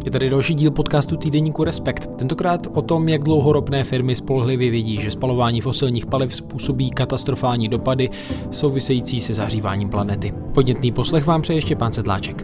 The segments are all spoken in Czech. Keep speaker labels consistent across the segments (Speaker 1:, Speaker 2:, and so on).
Speaker 1: Je tady další díl podcastu týdeníku Respekt. Tentokrát o tom, jak dlouho ropné firmy spolehlivě vědí, že spalování fosilních paliv způsobí katastrofální dopady související se zahříváním planety. Podnětný poslech vám přeje Štěpán Sedláček.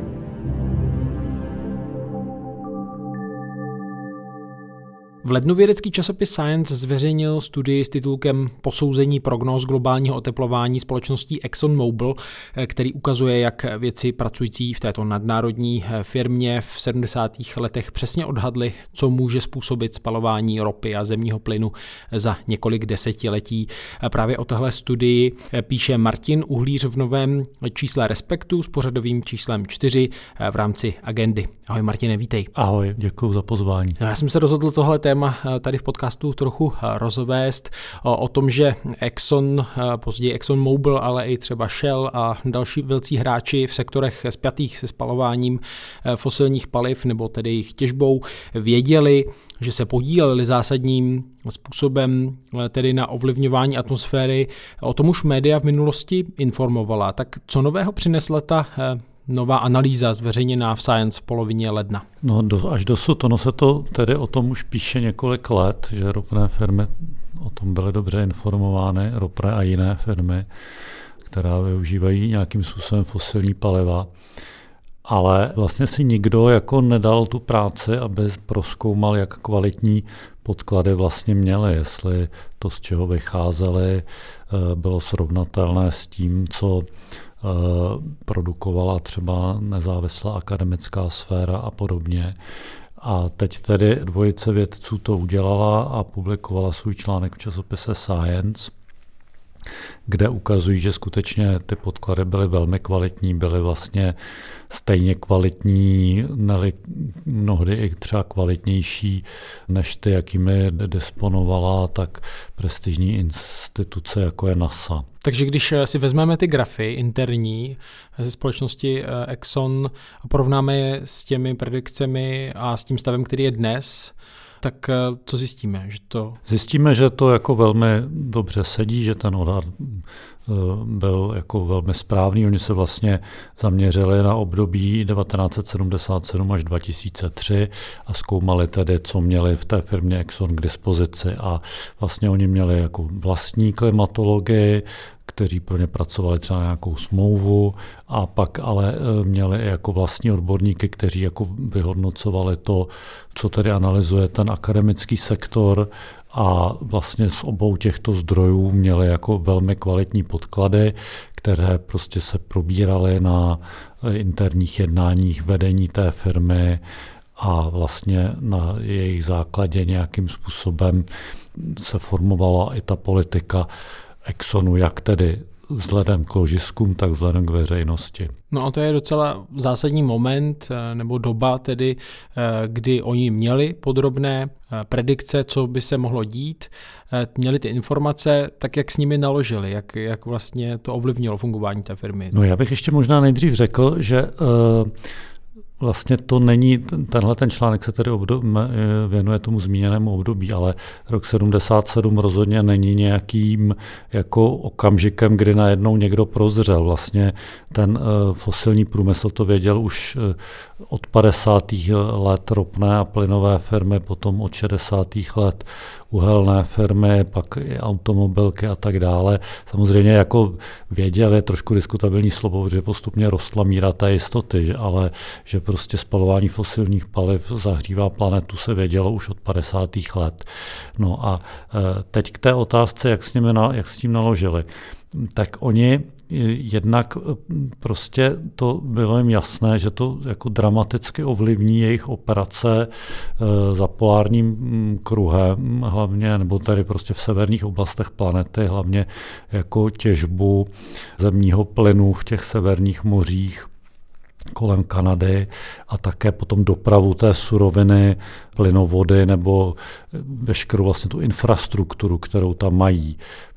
Speaker 1: V lednu vědecký časopis Science zveřejnil studii s titulkem Posouzení prognóz globálního oteplování společností ExxonMobil, který ukazuje, jak vědci pracující v této nadnárodní firmě v 70. letech přesně odhadli, co může způsobit spalování ropy a zemního plynu za několik desetiletí. Právě o téhle studii píše Martin Uhlíř v novém čísle Respektu s pořadovým číslem 4 v rámci Agendy. Ahoj Martine, vítej.
Speaker 2: Ahoj, děkuji za pozvání.
Speaker 1: Já jsem se rozhodl tohle téma tady v podcastu trochu rozvést o tom, že Exxon, později ExxonMobil, ale i třeba Shell a další velcí hráči v sektorech spjatých se spalováním fosilních paliv nebo tedy jejich těžbou věděli, že se podíleli zásadním způsobem tedy na ovlivňování atmosféry. O tom už média v minulosti informovala. Tak co nového přinesla ta nová analýza zveřejněná v Science v polovině ledna?
Speaker 2: No až dosud, ono se to tedy o tom už píše několik let, že ropné firmy o tom byly dobře informovány, ropné a jiné firmy, které využívají nějakým způsobem fosilní paliva. Ale vlastně si nikdo jako nedal tu práci, aby prozkoumal, jak kvalitní podklady vlastně měly, jestli to, z čeho vycházely, bylo srovnatelné s tím, co produkovala třeba nezávislá akademická sféra a podobně. A teď tedy dvojice vědců to udělala a publikovala svůj článek v časopise Science, kde ukazují, že skutečně ty podklady byly velmi kvalitní, byly vlastně stejně kvalitní, mnohdy i třeba kvalitnější, než ty, jakými disponovala tak prestižní instituce, jako je NASA.
Speaker 1: Takže když si vezmeme ty grafy interní ze společnosti Exxon a porovnáme je s těmi predikcemi a s tím stavem, který je dnes, tak co zjistíme?
Speaker 2: Zjistíme, že to jako velmi dobře sedí, že ten odhad byl jako velmi správný. Oni se vlastně zaměřili na období 1977 až 2003 a zkoumali tedy, co měli v té firmě Exxon k dispozici. A vlastně oni měli jako vlastní klimatologii, kteří pro ně pracovali třeba na nějakou smlouvu, a pak ale měli jako vlastní odborníky, kteří jako vyhodnocovali to, co tedy analyzuje ten akademický sektor, a vlastně z obou těchto zdrojů měli jako velmi kvalitní podklady, které prostě se probíraly na interních jednáních vedení té firmy a vlastně na jejich základě nějakým způsobem se formovala i ta politika Exxonu, jak tedy vzhledem k ložiskům, tak vzhledem k veřejnosti.
Speaker 1: No a to je docela zásadní moment nebo doba tedy, kdy oni měli podrobné predikce, co by se mohlo dít, měli ty informace, tak jak s nimi naložili, jak vlastně to ovlivnilo fungování té firmy.
Speaker 2: No já bych ještě možná nejdřív řekl, že vlastně to není, tenhle ten článek se tedy věnuje tomu zmíněnému období, ale rok 77 rozhodně není nějakým jako okamžikem, kdy najednou někdo prozřel. Vlastně ten fosilní průmysl to věděl už od 50. let ropné a plynové firmy, potom od 60. let uhelné firmy, pak i automobilky a tak dále. Samozřejmě jako věděl, je trošku diskutabilní slovo, že postupně rostla míra té jistoty, ale že prostě spalování fosilních paliv zahřívá planetu, se vědělo už od 50. let. No a teď k té otázce, jak s tím naložili. Tak oni jednak prostě to bylo jim jasné, že to jako dramaticky ovlivní jejich operace za polárním kruhem, hlavně, nebo tady prostě v severních oblastech planety, hlavně jako těžbu zemního plynu v těch severních mořích kolem Kanady a také potom dopravu té suroviny, plynovody nebo veškerou vlastně tu infrastrukturu, kterou tam mají.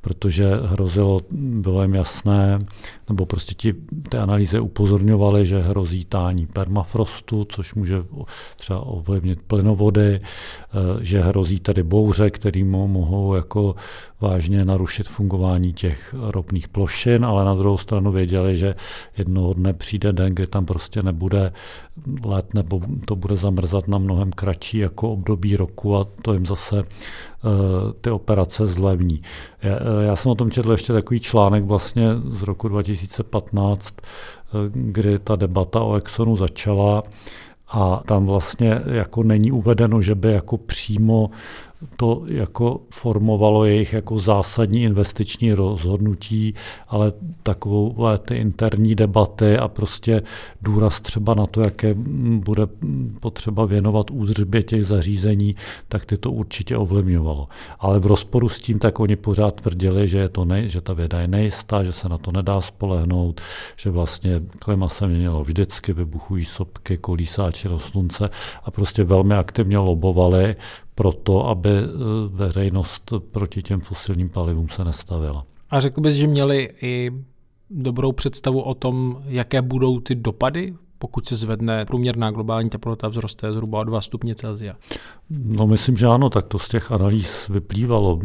Speaker 2: protože bylo jim jasné, nebo prostě ty analýzy upozorňovaly, že hrozí tání permafrostu, což může třeba ovlivnit plynovody, že hrozí tedy bouře, které mohou jako vážně narušit fungování těch ropných plošin, ale na druhou stranu věděli, že jednoho dne přijde den, kdy tam prostě nebude let, nebo to bude zamrzat na mnohem kratší jako období roku a to jim zase ty operace zlevní. Já jsem o tom četl ještě takový článek vlastně z roku 2015, kdy ta debata o Exxonu začala a tam vlastně jako není uvedeno, že by jako přímo to jako formovalo jejich jako zásadní investiční rozhodnutí, ale takové ty interní debaty a prostě důraz třeba na to, jaké bude potřeba věnovat údržbě těch zařízení, tak ty to určitě ovlivňovalo. Ale v rozporu s tím, tak oni pořád tvrdili, že že ta věda je nejistá, že se na to nedá spolehnout, že vlastně klima se měnilo vždycky, vybuchují sopky, kolísáči do slunce a prostě velmi aktivně lobovali proto, aby veřejnost proti těm fosilním palivům se nestavila.
Speaker 1: A řekl bys, že měli i dobrou představu o tom, jaké budou ty dopady, pokud se zvedne průměrná globální teplota, vzroste zhruba o 2 stupně Celsia?
Speaker 2: No myslím, že ano, tak to z těch analýz vyplývalo.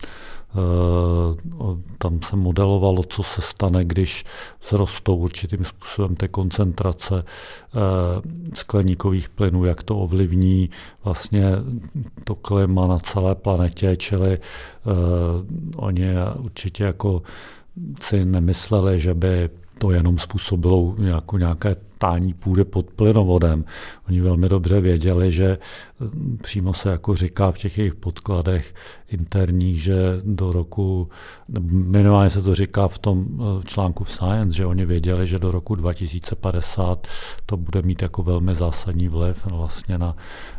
Speaker 2: Tam se modelovalo, co se stane, když vzrostou určitým způsobem ty koncentrace skleníkových plynů, jak to ovlivní vlastně to klima na celé planetě, čili oni určitě jako si nemysleli, že by to jenom způsobilo nějaké tání půdy pod plynovodem. Oni velmi dobře věděli, že přímo se jako říká v těch jejich podkladech interních, že do roku, minimálně se to říká v tom článku v Science, že oni věděli, že do roku 2050 to bude mít jako velmi zásadní vliv vlastně na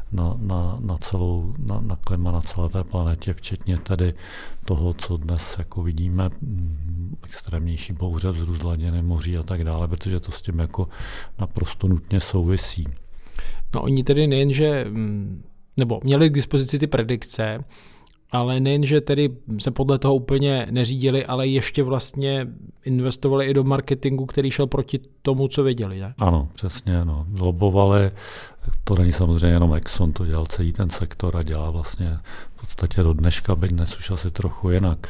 Speaker 2: klima na celé té planetě, včetně tedy toho, co dnes jako vidíme, extrémnější bouře, vzrůst hladiny moří a tak dále, protože to s tím jako naprosto nutně souvisí.
Speaker 1: No oni tedy nejenže, nebo měli k dispozici ty predikce, ale nejenže tedy se podle toho úplně neřídili, ale ještě vlastně investovali i do marketingu, který šel proti tomu, co věděli. Ne?
Speaker 2: Ano, přesně. No. Lobovali, to není samozřejmě jenom Exxon, to dělal celý ten sektor a dělá vlastně v podstatě do dneška, byť dnes už asi trochu jinak.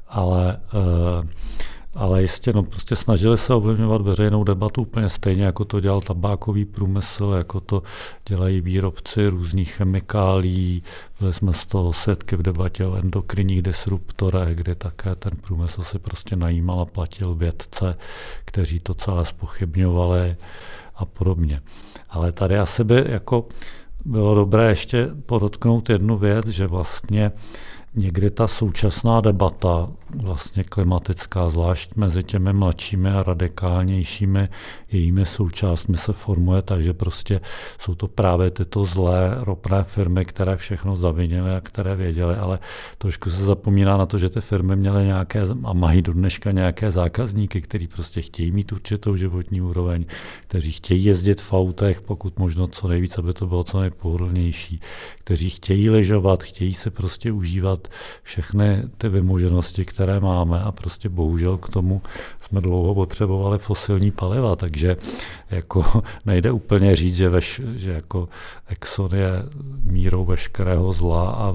Speaker 2: Ale jistě, no prostě snažili se ovlivňovat veřejnou debatu úplně stejně, jako to dělal tabákový průmysl, jako to dělají výrobci různých chemikálií. Byli jsme z toho svědky v debatě o endokrinních disruptorech, kdy také ten průmysl si prostě najímal a platil vědce, kteří to celé zpochybňovali a podobně. Ale tady asi by jako bylo dobré ještě podotknout jednu věc, že vlastně někdy ta současná debata, vlastně klimatická, zvlášť mezi těmi mladšími a radikálnějšími jejími součástmi se formuje tak, že prostě jsou to právě tyto zlé ropné firmy, které všechno zavinily a které věděly, ale trošku se zapomíná na to, že ty firmy měly nějaké a mají do dneška nějaké zákazníky, kteří prostě chtějí mít určitou životní úroveň, kteří chtějí jezdit v autech, pokud možno co nejvíc, aby to bylo co nejpohodlnější, kteří chtějí lyžovat, chtějí se prostě užívat všechny ty vymoženosti, které máme a prostě bohužel k tomu jsme dlouho potřebovali fosilní paliva, takže jako nejde úplně říct, že jako Exxon je mírou veškerého zla a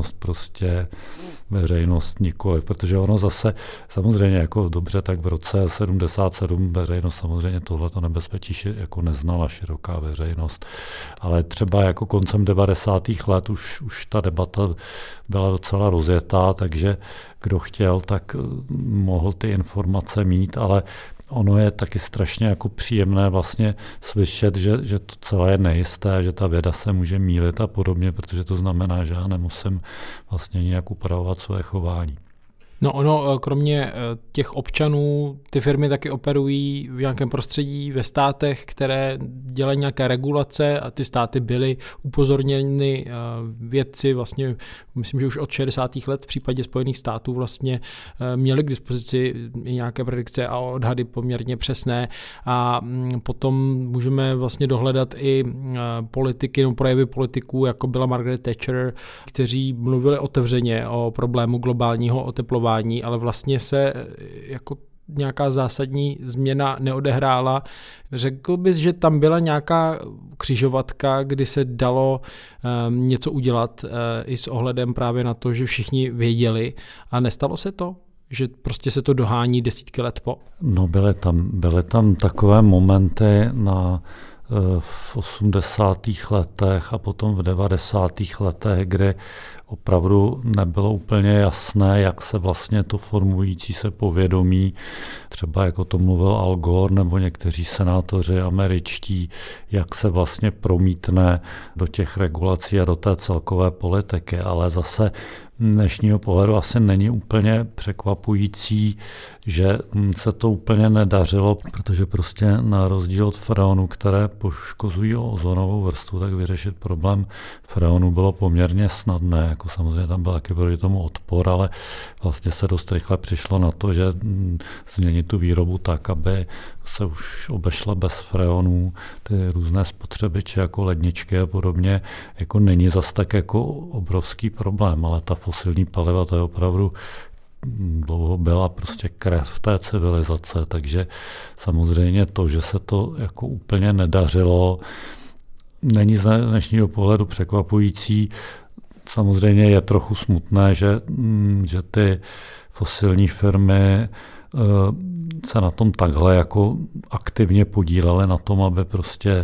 Speaker 2: veřejnost nikoliv, protože ono zase samozřejmě jako dobře, tak v roce 77 veřejnost samozřejmě tohleto nebezpečí jako neznala široká veřejnost, ale třeba jako koncem 90. let už ta debata byla docela rozjetá, takže kdo chtěl, tak mohl ty informace mít, ale ono je taky strašně jako příjemné vlastně slyšet, že to celé je nejisté, že ta věda se může mýlit a podobně, protože to znamená, že já nemusím vlastně nějak upravovat své chování.
Speaker 1: No ono, kromě těch občanů, ty firmy taky operují v nějakém prostředí ve státech, které dělají nějaké regulace a ty státy byly upozorněny vědci vlastně, myslím, že už od 60. let v případě Spojených států vlastně měli k dispozici nějaké predikce a odhady poměrně přesné a potom můžeme vlastně dohledat i politiky, no projevy politiků, jako byla Margaret Thatcher, kteří mluvili otevřeně o problému globálního oteplování oteplování, ale vlastně se jako nějaká zásadní změna neodehrála. Řekl bys, že tam byla nějaká křižovatka, kdy se dalo něco udělat i s ohledem právě na to, že všichni věděli a nestalo se to? Že prostě se to dohání desítky let po?
Speaker 2: No byly tam takové momenty v 80. letech a potom v 90. letech, kdy opravdu nebylo úplně jasné, jak se vlastně to formující se povědomí, třeba jako to mluvil Al Gore nebo někteří senátoři američtí, jak se vlastně promítne do těch regulací a do té celkové politiky. Ale zase dnešního pohledu asi není úplně překvapující, že se to úplně nedařilo, protože prostě na rozdíl od freonů, které poškozují ozonovou vrstvu, tak vyřešit problém freonů bylo poměrně snadné. Jako samozřejmě tam byl taky proti tomu odpor, ale vlastně se dost rychle přišlo na to, že změnit tu výrobu tak, aby se už obešla bez freonů, ty různé spotřebiče jako ledničky a podobně, jako není zas tak jako obrovský problém, ale ta fosilní paliva, to je opravdu dlouho byla prostě krev té civilizace, takže samozřejmě to, že se to jako úplně nedařilo, není z dnešního pohledu překvapující. Samozřejmě je trochu smutné, že ty fosilní firmy se na tom takhle jako aktivně podílely na tom, aby prostě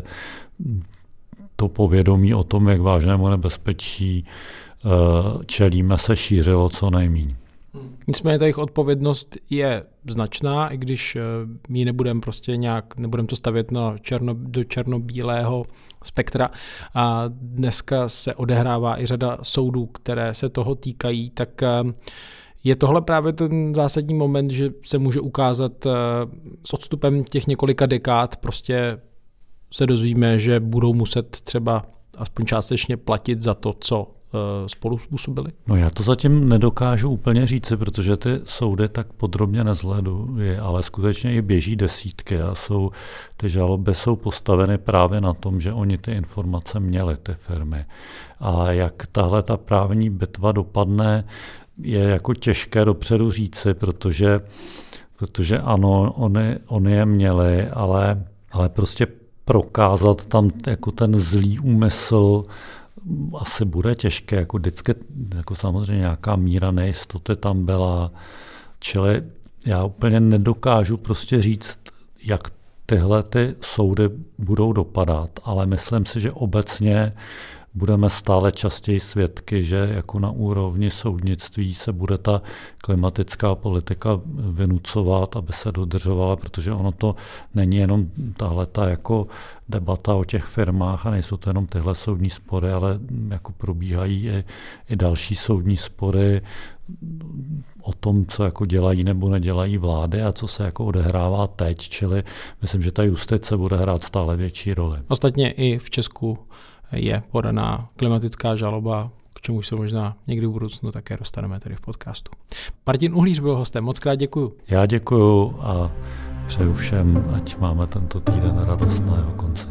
Speaker 2: to povědomí o tom, jak vážnému nebezpečí čelíme, se šířilo co nejméně.
Speaker 1: Nicméně ta jejich odpovědnost je značná, i když ji nebudeme prostě nebudeme to stavět do černobílého spektra. A dneska se odehrává i řada soudů, které se toho týkají, tak je tohle právě ten zásadní moment, že se může ukázat s odstupem těch několika dekád, prostě se dozvíme, že budou muset třeba aspoň částečně platit za to, co spolu způsobili?
Speaker 2: No já to zatím nedokážu úplně říci, protože ty soudy tak podrobně nezhleduji, ale skutečně i běží desítky a ty žaloby jsou postaveny právě na tom, že oni ty informace měly, ty firmy. A jak tahle ta právní bitva dopadne, je jako těžké dopředu říci, protože ano, oni je měli, ale prostě prokázat tam jako ten zlý úmysl asi bude těžké, jako vždycky, jako samozřejmě nějaká míra nejistoty tam byla, čili já úplně nedokážu prostě říct, jak tyhle ty soudy budou dopadat, ale myslím si, že obecně budeme stále častěji svědky, že jako na úrovni soudnictví se bude ta klimatická politika vynucovat, aby se dodržovala, protože ono to není jenom tahleta jako debata o těch firmách a nejsou to jenom tyhle soudní spory, ale jako probíhají i další soudní spory o tom, co jako dělají nebo nedělají vlády a co se jako odehrává teď, čili myslím, že ta justice bude hrát stále větší roli.
Speaker 1: Ostatně i v Česku je podaná klimatická žaloba, k čemu se možná někdy v budoucnu také dostaneme tady v podcastu. Martin Uhlíř byl hostem, moc krát děkuju.
Speaker 2: Já děkuju a přeju všem, ať máme tento týden radost na jeho konci.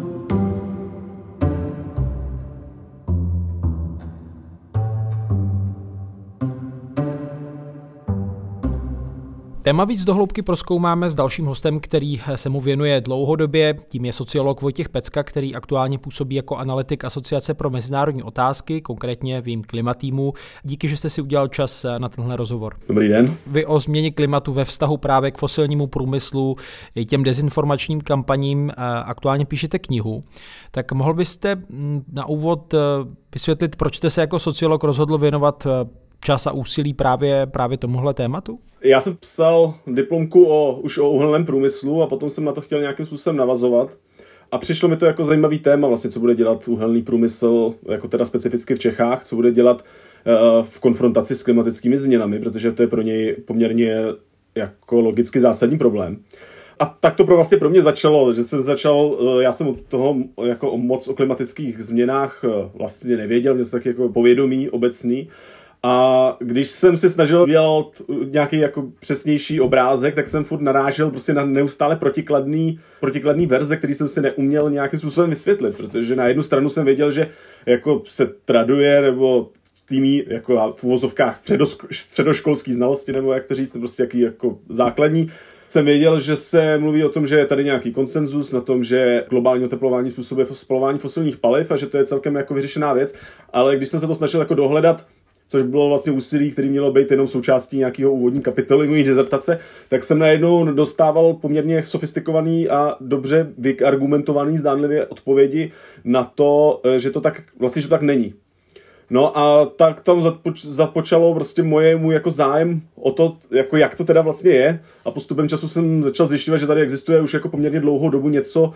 Speaker 1: Téma víc do hloubky prozkoumáme s dalším hostem, který se mu věnuje dlouhodobě. Tím je sociolog Vojtěch Pecka, který aktuálně působí jako analytik Asociace pro mezinárodní otázky, konkrétně v jejím klimatýmu. Díky, že jste si udělal čas na tenhle rozhovor.
Speaker 3: Dobrý den.
Speaker 1: Vy o změně klimatu ve vztahu právě k fosilnímu průmyslu, těm dezinformačním kampaním aktuálně píšete knihu. Tak mohl byste na úvod vysvětlit, proč jste se jako sociolog rozhodl věnovat čas a úsilí právě tomuhle tématu?
Speaker 3: Já jsem psal diplomku už o uhelném průmyslu a potom jsem na to chtěl nějakým způsobem navazovat. A přišlo mi to jako zajímavý téma, vlastně, co bude dělat uhelný průmysl, jako teda specificky v Čechách, co bude dělat v konfrontaci s klimatickými změnami, protože to je pro něj poměrně jako logicky zásadní problém. A tak to vlastně pro mě začalo, že jsem já jsem od toho jako moc o klimatických změnách vlastně nevěděl, měl jsem tak jako povědomí obecný. A když jsem si snažil dělat nějaký jako přesnější obrázek, tak jsem furt narážel prostě na neustále protikladný verze, který jsem si neuměl nějakým způsobem vysvětlit, protože na jednu stranu jsem věděl, že jako se traduje nebo prostými, jako v uvozovkách středoškolský znalosti, nebo jak to říct, prostě jaký jako základní, jsem věděl, že se mluví o tom, že je tady nějaký konsenzus na tom, že globální oteplování způsobuje spalování fosilních paliv a že to je celkem jako vyřešená věc, ale když jsem se to snažil jako dohledat, což bylo vlastně úsilí, který mělo být jenom součástí nějakého úvodní kapitoly mojí dizertace, tak jsem najednou dostával poměrně sofistikovaný a dobře vyargumentovaný zdánlivě odpovědi na to, že to tak vlastně že to tak není. No a tak tam započalo prostě můj jako zájem o to, jako jak to teda vlastně je, a postupem času jsem začal zjišťovat, že tady existuje už jako poměrně dlouhou dobu něco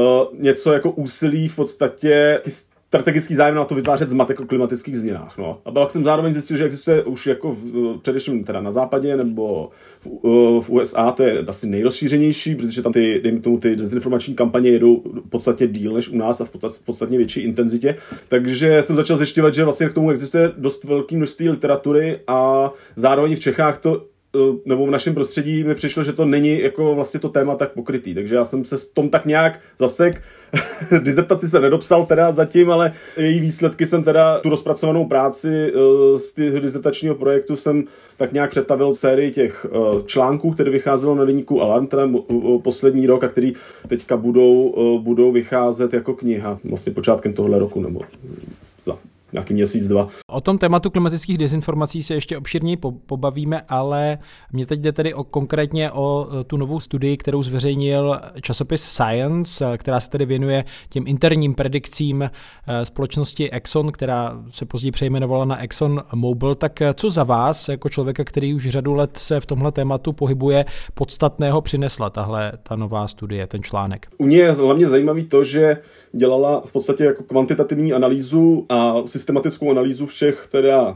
Speaker 3: jako úsilí v podstatě strategický zájem na to vytvářet zmatek o klimatických změnách. No. A pak jsem zároveň zjistil, že existuje už jako především teda na západě nebo v USA, to je asi nejrozšířenější, protože tam ty dezinformační kampaně jedou podstatně díl než u nás a v podstatně větší intenzitě. Takže jsem začal zjišťovat, že vlastně k tomu existuje dost velké množství literatury a zároveň v Čechách to nebo v našem prostředí mi přišlo, že to není jako vlastně to téma tak pokrytý. Takže já jsem se s tom tak nějak zasek. Dizertaci se nedopsal teda zatím, ale její výsledky jsem teda, tu rozpracovanou práci z toho dizertačního projektu jsem tak nějak přetavil sérii těch článků, které vycházelo na deníku Alarm, teda poslední rok, a který teďka budou vycházet jako kniha vlastně počátkem tohohle roku nebo za nějaký měsíc, dva.
Speaker 1: O tom tématu klimatických dezinformací se ještě obširněji pobavíme, ale mě teď jde tedy konkrétně o tu novou studii, kterou zveřejnil časopis Science, která se tedy věnuje těm interním predikcím společnosti Exxon, která se později přejmenovala na Exxon Mobil. Tak co za vás, jako člověka, který už řadu let se v tomhle tématu pohybuje, podstatného přinesla ta nová studie, ten článek? U ní
Speaker 3: je hlavně zajímavý to, že dělala v podstatě jako kvantitativní analýzu a systematickou analýzu všech teda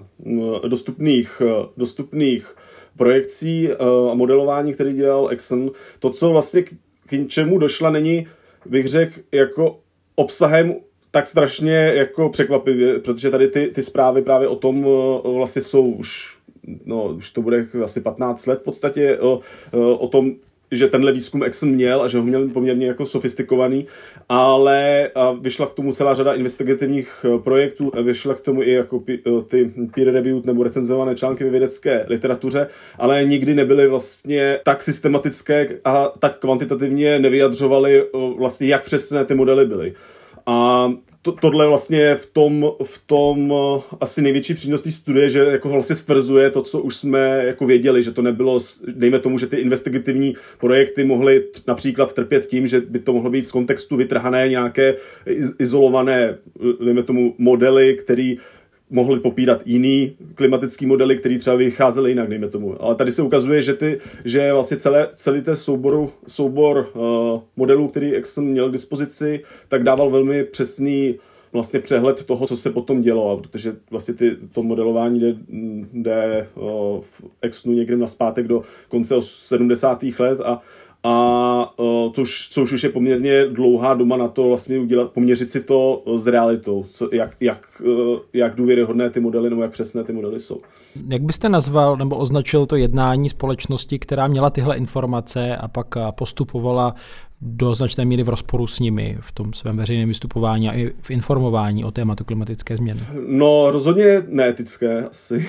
Speaker 3: dostupných projekcí a modelování, který dělal Exxon. To, co vlastně k čemu došla, není, bych řekl, jako obsahem tak strašně jako překvapivě, protože tady ty zprávy právě o tom vlastně jsou už to bude asi 15 let v podstatě o tom, že tenhle výzkum Exxon měl a že ho měl poměrně jako sofistikovaný, ale vyšla k tomu celá řada investigativních projektů, vyšla k tomu i jako ty peer-reviewed nebo recenzované články ve vědecké literatuře, ale nikdy nebyly vlastně tak systematické a tak kvantitativně nevyjadřovaly vlastně, jak přesné ty modely byly. A tohle vlastně je v tom asi největší přínos té studie, že jako vlastně stvrzuje to, co už jsme jako věděli, že to nebylo, dejme tomu, že ty investigativní projekty mohly například trpět tím, že by to mohlo být z kontextu vytrhané nějaké izolované, dejme tomu, modely, který mohli popírat jiný klimatický modely, který třeba vycházely jinak, dejme tomu. Ale tady se ukazuje, že vlastně celý ten soubor modelů, který Exxon měl k dispozici, tak dával velmi přesný vlastně přehled toho, co se potom dělo, protože vlastně to modelování jde v Exxonu někde nazpátek do konce 70. let a což už je poměrně dlouhá doba na to vlastně poměřit si to s realitou, jak důvěryhodné ty modely nebo jak přesné ty modely jsou.
Speaker 1: Jak byste nazval nebo označil to jednání společnosti, která měla tyhle informace a pak postupovala do značné míry v rozporu s nimi v tom svém veřejném vystupování a i v informování o tématu klimatické změny?
Speaker 3: No rozhodně neetické asi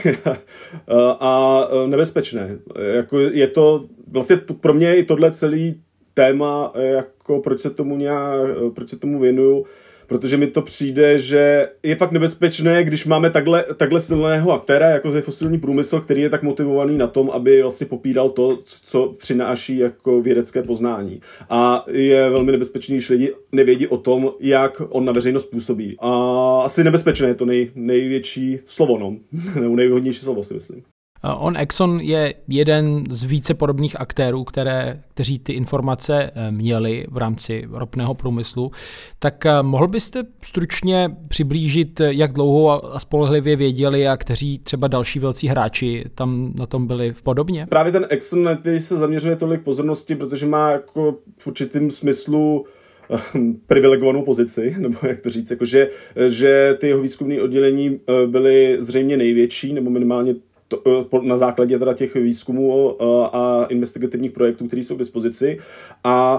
Speaker 3: a nebezpečné. Jako je to vlastně pro mě i tohle celý téma, jako proč se tomu věnuju, protože mi to přijde, že je fakt nebezpečné, když máme takhle silného aktéra, jako je fosilní průmysl, který je tak motivovaný na tom, aby vlastně popíral to, co přináší jako vědecké poznání. A je velmi nebezpečný, když lidi nevědí o tom, jak on na veřejnost působí. A asi nebezpečné je to největší slovo, nebo nejvhodnější slovo, si myslím.
Speaker 1: Exxon je jeden z více podobných aktérů, kteří ty informace měli v rámci ropného průmyslu. Tak mohl byste stručně přiblížit, jak dlouho a spolehlivě věděli a kteří třeba další velcí hráči tam na tom byli podobně?
Speaker 3: Právě ten Exxon, na který se zaměřuje tolik pozornosti, protože má jako v určitém smyslu privilegovanou pozici, nebo jak to říct, jako že ty jeho výzkumné oddělení byly zřejmě největší, nebo minimálně na základě teda těch výzkumů a investigativních projektů, které jsou k dispozici. A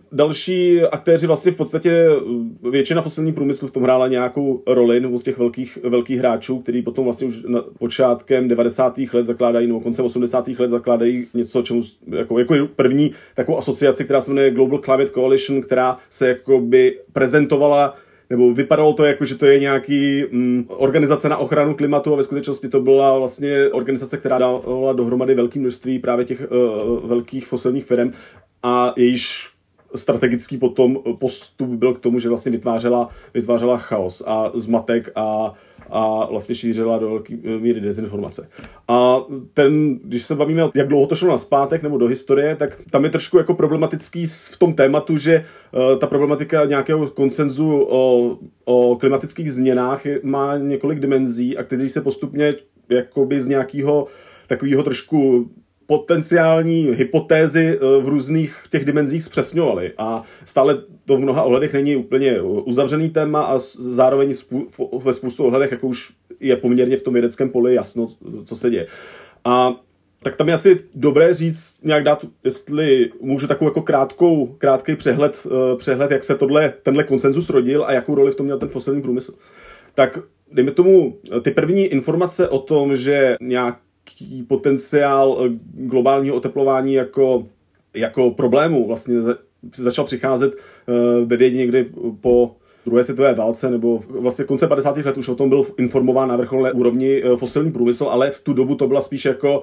Speaker 3: další aktéři vlastně v podstatě většina fosilních průmyslů v tom hrála nějakou roli, nebo z těch velkých hráčů, který potom vlastně už počátkem 90. let zakládají, nebo koncem 80. let zakládají něco, čemu jako první takovou asociaci, která se jmenuje Global Climate Coalition, která se jakoby prezentovala, nebo vypadalo to jako, že to je nějaký organizace na ochranu klimatu, a ve skutečnosti to byla vlastně organizace, která dávala dohromady velké množství právě těch velkých fosilních firm, a jejíž strategický potom postup byl k tomu, že vlastně vytvářela chaos a zmatek a vlastně šířila do velké míry dezinformace. A když se bavíme, jak dlouho to šlo nazpátek nebo do historie, tak tam je trošku jako problematický v tom tématu, že ta problematika nějakého konsenzu o klimatických změnách má několik dimenzí, a který se postupně jakoby z nějakého takového trošku potenciální hypotézy v různých těch dimenzích zpřesňovaly. A stále to v mnoha ohledech není úplně uzavřený téma, a zároveň ve spoustu ohledech jako už je poměrně v tom vědeckém poli jasno, co se děje. A tak tam je asi dobré říct, nějak dát, jestli můžu takovou jako krátký přehled, jak se tenhle konsenzus rodil a jakou roli v tom měl ten fosilní průmysl. Tak dejme tomu ty první informace o tom, že nějaký potenciál globálního oteplování jako problému vlastně začal přicházet ve vědě někdy po druhé světové válce, nebo vlastně konce 50. let už o tom byl informován na vrcholné úrovni fosilní průmysl, ale v tu dobu to byla spíš jako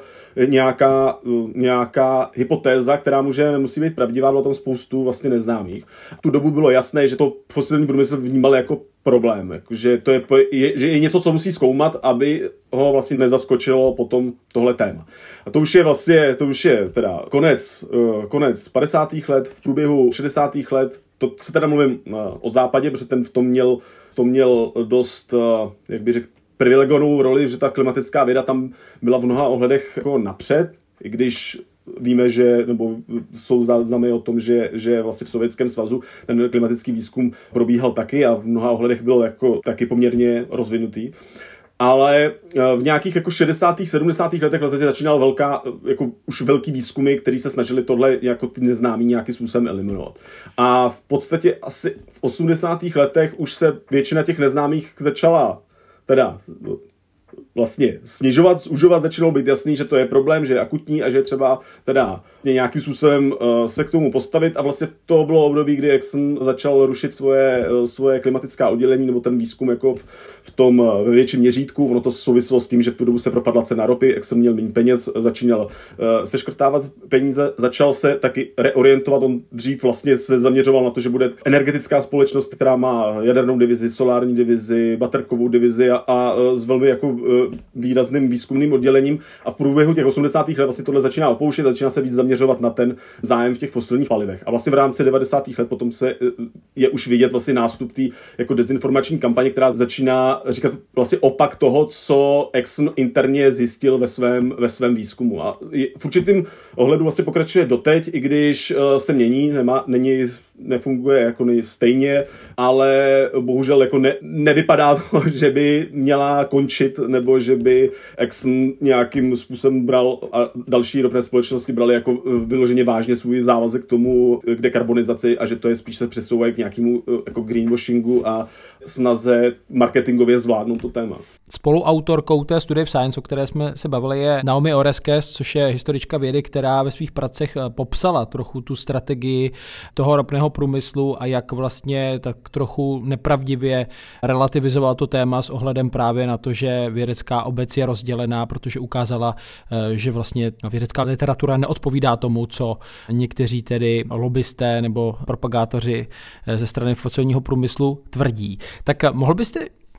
Speaker 3: nějaká hypotéza, která nemusí být pravdivá, bylo tam spoustu vlastně neznámých. V tu dobu bylo jasné, že to fosilní průmysl vnímal jako problém, že že je něco, co musí zkoumat, aby ho vlastně nezaskočilo potom tohle téma. A to už je teda konec 50. let, v průběhu 60. let, to se teda mluvím o západě, protože ten v tom měl dost, jak bych řekl, privilegovanou roli, že ta klimatická věda tam byla v mnoha ohledech jako napřed, i když víme, nebo jsou záznamy o tom, že vlastně v Sovětském svazu ten klimatický výzkum probíhal taky a v mnoha ohledech byl jako taky poměrně rozvinutý. Ale v nějakých jako 60. 70. letech vlastně začínal už velký výzkumy, který se snažili tohle jako ty neznámý nějakým způsobem eliminovat. A v podstatě asi v 80. letech už se většina těch neznámých začala teda vlastně snižovat, zužovat, začalo být jasný, že to je problém, že je akutní a že třeba teda nějakým způsobem se k tomu postavit, a vlastně to bylo období, kdy Exxon začal rušit svoje klimatická oddělení nebo ten výzkum jako v tom větším měřítku. Ono to souviselo s tím, že v tu dobu se propadla cena ropy, Exxon měl méně peněz, začínal seškrtávat peníze, začal se taky reorientovat, on dřív vlastně se zaměřoval na to, že bude energetická společnost, která má jadernou divizi, solární divizi, baterkovou divizi a s velmi jako výrazným výzkumným oddělením, a v průběhu těch 80. let vlastně tohle začíná opouštět, začíná se víc zaměřovat na ten zájem v těch fosilních palivech. A vlastně v rámci 90. let potom je už vidět vlastně nástup té jako dezinformační kampaně, která začíná říkat vlastně opak toho, co Exxon interně zjistil ve svém výzkumu. A v určitým ohledu vlastně pokračuje doteď, i když se mění, nefunguje jako stejně, ale bohužel jako nevypadá to, že by měla končit, nebo že by Exxon nějakým způsobem bral a další ropné společnosti brali jako vyloženě vážně svůj závazek k tomu, k dekarbonizaci, a že to je spíš se přesouvají k nějakému jako greenwashingu a snaze marketingově zvládnout to téma.
Speaker 1: Spoluautorkou té studie v Science, o které jsme se bavili, je Naomi Oreskes, což je historička vědy, která ve svých pracech popsala trochu tu strategii toho ropného průmyslu a jak vlastně tak trochu nepravdivě relativizovala to téma s ohledem právě na to, že vědecká obec je rozdělená, protože ukázala, že vlastně vědecká literatura neodpovídá tomu, co někteří tedy lobbysté nebo propagátoři ze strany fosilního průmyslu tvrdí. Tak mohl byste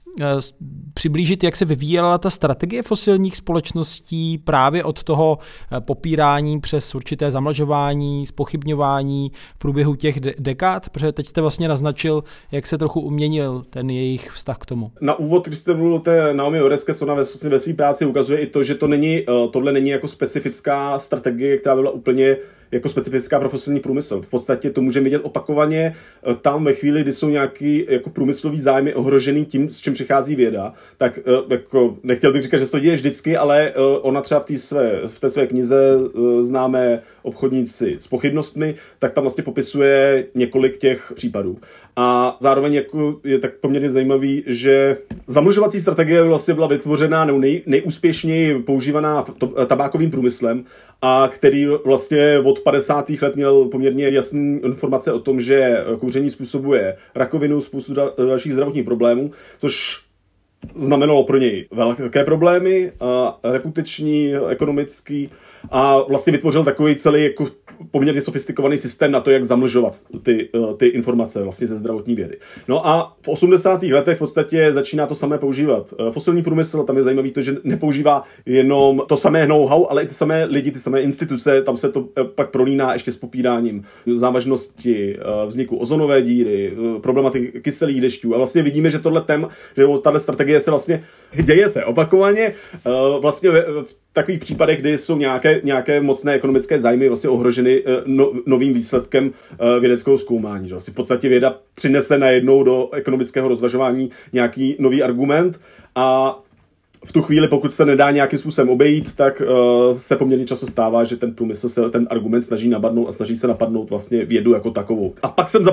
Speaker 1: přiblížit, jak se vyvíjela ta strategie fosilních společností právě od toho popírání přes určité zamlžování, zpochybňování v průběhu těch dekád, protože teď jste vlastně naznačil, jak se trochu uměnil ten jejich vztah k tomu.
Speaker 3: Na úvod, když jste mluvil o té Naomi Oreskes, ona ve své práci ukazuje i to, že tohle není jako specifická strategie, která by byla úplně jako specifická pro fosilní průmysl. V podstatě to můžeme vidět opakovaně tam ve chvíli, kdy jsou nějaký jako průmyslový zájmy ohrožený tím, s čím přichází věda, tak jako nechtěl bych říkat, že se to děje vždycky, ale ona třeba v té své knize Známé obchodníci s pochybnostmi, tak tam vlastně popisuje několik těch případů. A zároveň jako je tak poměrně zajímavý, že zamlžovací strategie vlastně byla vytvořena nejúspěšněji používaná tabákovým průmyslem a který vlastně od 50. let měl poměrně jasné informace o tom, že kouření způsobuje rakovinu, spoustu dalších zdravotních problémů, což znamenalo pro něj velké problémy, reputační, ekonomický a vlastně vytvořil takový celý jako poměrně sofistikovaný systém na to, jak zamlžovat ty informace vlastně ze zdravotní vědy. No a v 80. letech v podstatě začíná to samé používat fosilní průmysl, tam je zajímavý to, že nepoužívá jenom to samé know-how, ale i ty samé lidi, ty samé instituce, tam se to pak prolíná ještě s popíráním závažnosti vzniku ozonové díry, problematiky kyselých dešťů a vlastně vidíme, že tahle strategie se vlastně děje se opakovaně vlastně v takových případech, kdy jsou nějaké mocné ekonomické zájmy vlastně ohroženy novým výsledkem vědeckého zkoumání. Vlastně v podstatě věda přinese najednou do ekonomického rozvažování nějaký nový argument a v tu chvíli, pokud se nedá nějakým způsobem obejít, tak se poměrně často stává, že ten průmysl se ten argument snaží napadnout a snaží se napadnout vlastně vědu jako takovou. A pak jsem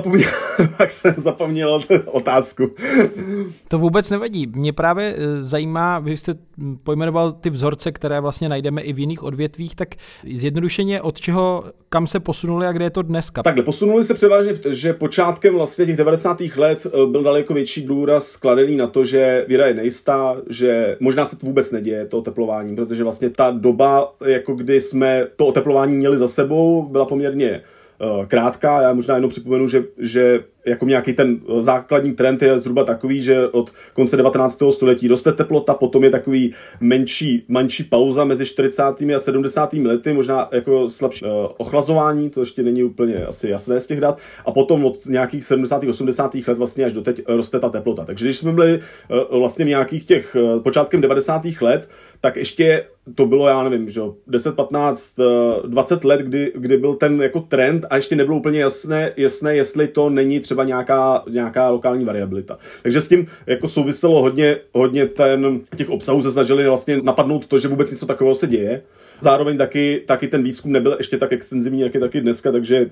Speaker 3: zapomněl otázku.
Speaker 1: To vůbec nevadí. Mě právě zajímá, vy jste pojmenoval ty vzorce, které vlastně najdeme i v jiných odvětvích, tak zjednodušeně od čeho, kam se posunuli a kde je to dneska?
Speaker 3: Takhle, posunuli se převážně, že počátkem vlastně těch 90. let byl daleko větší důraz kladený na to, že věda je nejistá, že možná se to vůbec neděje, to oteplování, protože vlastně ta doba, jako kdy jsme to oteplování měli za sebou, byla poměrně krátká. Já možná jenom připomenu, že jako nějaký ten základní trend je zhruba takový, že od konce 19. století roste teplota, potom je takový menší pauza mezi 40. a 70. lety, možná jako slabší ochlazování, to ještě není úplně asi jasné z těch dat, a potom od nějakých 70. 80. let vlastně až doteď roste ta teplota. Takže když jsme byli vlastně v nějakých těch počátkem 90. let, tak ještě to bylo, já nevím, že 10, 15, 20 let, kdy byl ten jako trend a ještě nebylo úplně jasné, jestli to není třeba nějaká lokální variabilita. Takže s tím jako souviselo hodně těch obsahů, se snažili vlastně napadnout to, že vůbec něco takového se děje. Zároveň taky ten výzkum nebyl ještě tak extenzivní, jak je taky dneska,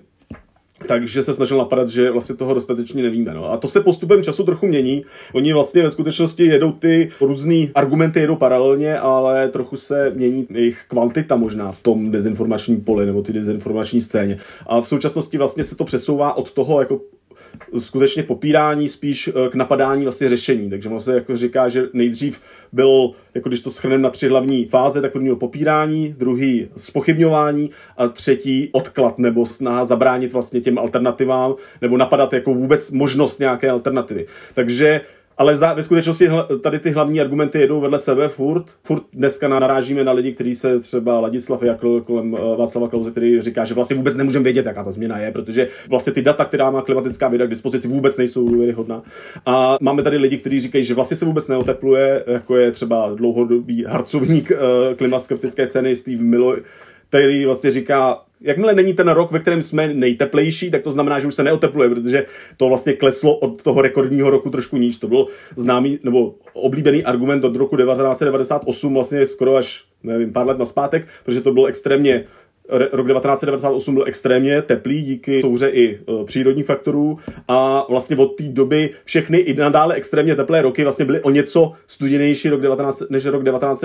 Speaker 3: takže se snažil napadat, že vlastně toho dostatečně nevíme. No. A to se postupem času trochu mění. Oni vlastně ve skutečnosti jedou ty různý argumenty jedou paralelně, ale trochu se mění jejich kvantita možná v tom dezinformačním poli nebo ty dezinformační scéně. A v současnosti vlastně se to přesouvá od toho jako skutečně popírání spíš k napadání vlastně řešení. Takže ono se jako říká, že nejdřív byl, jako když to shrneme na 3 hlavní fáze, tak první byl popírání, druhý zpochybňování a třetí odklad nebo snaha zabránit vlastně těm alternativám nebo napadat jako vůbec možnost nějaké alternativy. Takže ale ve skutečnosti tady ty hlavní argumenty jedou vedle sebe furt dneska narážíme na lidi, kteří se třeba Ladislav Jakl kolem Václava Klause, který říká, že vlastně vůbec nemůžeme vědět, jaká ta změna je, protože vlastně ty data, která má klimatická věda k dispozici, vůbec nejsou důvěryhodná. A máme tady lidi, kteří říkají, že vlastně se vůbec neotepluje, jako je třeba dlouhodobý harcovník klimaskeptické scény Steve Miller, který vlastně říká, jakmile není ten rok, ve kterém jsme nejteplejší, tak to znamená, že už se neotepluje, protože to vlastně kleslo od toho rekordního roku trošku níž. To byl známý nebo oblíbený argument od roku 1998, vlastně skoro až, nevím, pár let nazpátek, protože to bylo extrémně rok 1998 byl extrémně teplý díky souhře i přírodních faktorů a vlastně od té doby všechny i nadále extrémně teplé roky vlastně byly o něco studenější než rok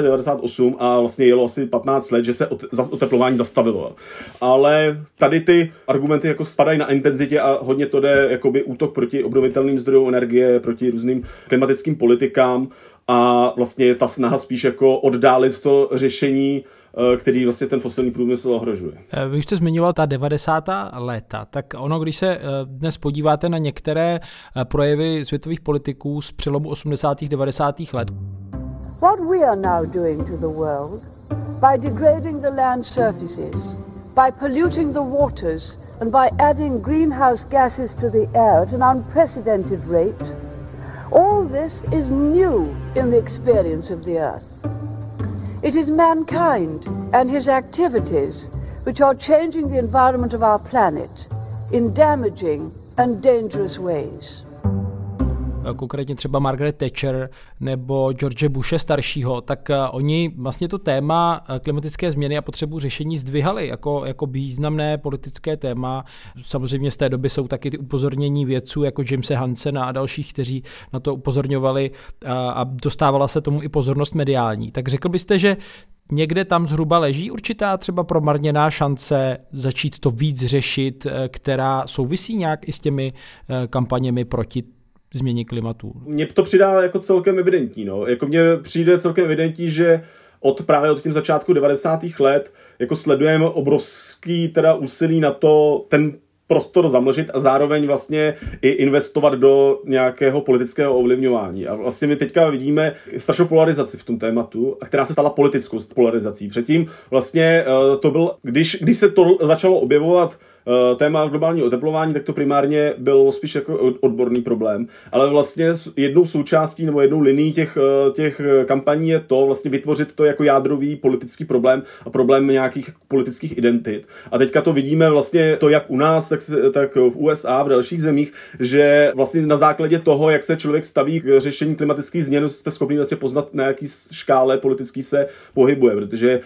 Speaker 3: 1998 a vlastně jelo asi 15 let, že se oteplování zastavilo. Ale tady ty argumenty jako spadají na intenzitě a hodně to jde jakoby útok proti obnovitelným zdrojům energie, proti různým klimatickým politikám a vlastně ta snaha spíš jako oddálit to řešení, který vlastně ten fosilní průmysl ohrožuje.
Speaker 1: Vy už jste zmiňoval ta 90. léta, tak ono, když se dnes podíváte na některé projevy světových politiků z přelomu 80. 90. let.
Speaker 4: What we are now doing to the world, by degrading the land surfaces, by polluting the waters and by adding greenhouse gases to the air at an unprecedented rate, all this is new in the experience of the earth. It is mankind and his activities which are changing the environment of our planet in damaging and dangerous ways.
Speaker 1: Konkrétně třeba Margaret Thatcher nebo George Bushe staršího, tak oni vlastně to téma klimatické změny a potřebu řešení zdvihali jako významné politické téma. Samozřejmě z té doby jsou taky ty upozornění vědců jako Jamese Hansena a dalších, kteří na to upozorňovali a dostávala se tomu i pozornost mediální. Tak řekl byste, že někde tam zhruba leží určitá třeba promarněná šance začít to víc řešit, která souvisí nějak i s těmi kampaněmi proti změně klimatu?
Speaker 3: Mně to přidá jako celkem evidentní. No. Jako mně přijde celkem evidentní, že právě od tím začátku 90. let jako sledujeme obrovský teda úsilí na to ten prostor zamlžit a zároveň vlastně i investovat do nějakého politického ovlivňování. A vlastně my teďka vidíme strašnou polarizaci v tom tématu, která se stala politickou polarizací. Předtím vlastně to byl, když se to začalo objevovat téma globální oteplování, tak to primárně byl spíš jako odborný problém. Ale vlastně jednou součástí nebo jednou linií těch kampaní je to vlastně vytvořit to jako jádrový politický problém a problém nějakých politických identit. A teďka to vidíme vlastně to jak u nás, tak v USA, v dalších zemích, že vlastně na základě toho, jak se člověk staví k řešení klimatických změn, jste schopni vlastně poznat, na jaký škále politický se pohybuje,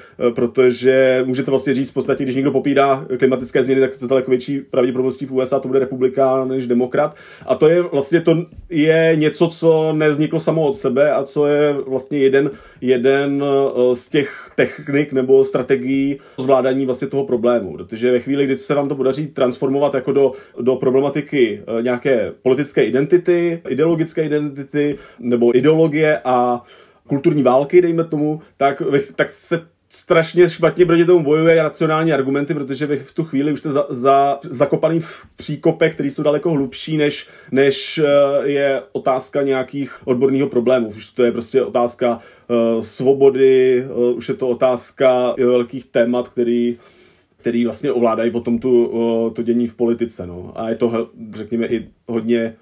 Speaker 3: protože můžete vlastně říct v podstatě, když někdo popírá klimatické změny, tak to daleko větší pravděpodobností v USA to bude republikán než demokrat. A to je vlastně něco, co nevzniklo samo od sebe a co je vlastně jeden z těch technik nebo strategií zvládání vlastně toho problému. Protože ve chvíli, kdy se vám to podaří transformovat jako do problematiky nějaké politické identity, ideologické identity nebo ideologie a kulturní války, dejme tomu, tak se strašně špatně proti tomu bojuje racionální argumenty, protože v tu chvíli už jste zakopaný v příkopech, které jsou daleko hlubší, než je otázka nějakých odborného problémů. Už to je prostě otázka svobody, už je to otázka velkých témat, který vlastně ovládají potom to dění v politice. No. A je to, řekněme, i hodně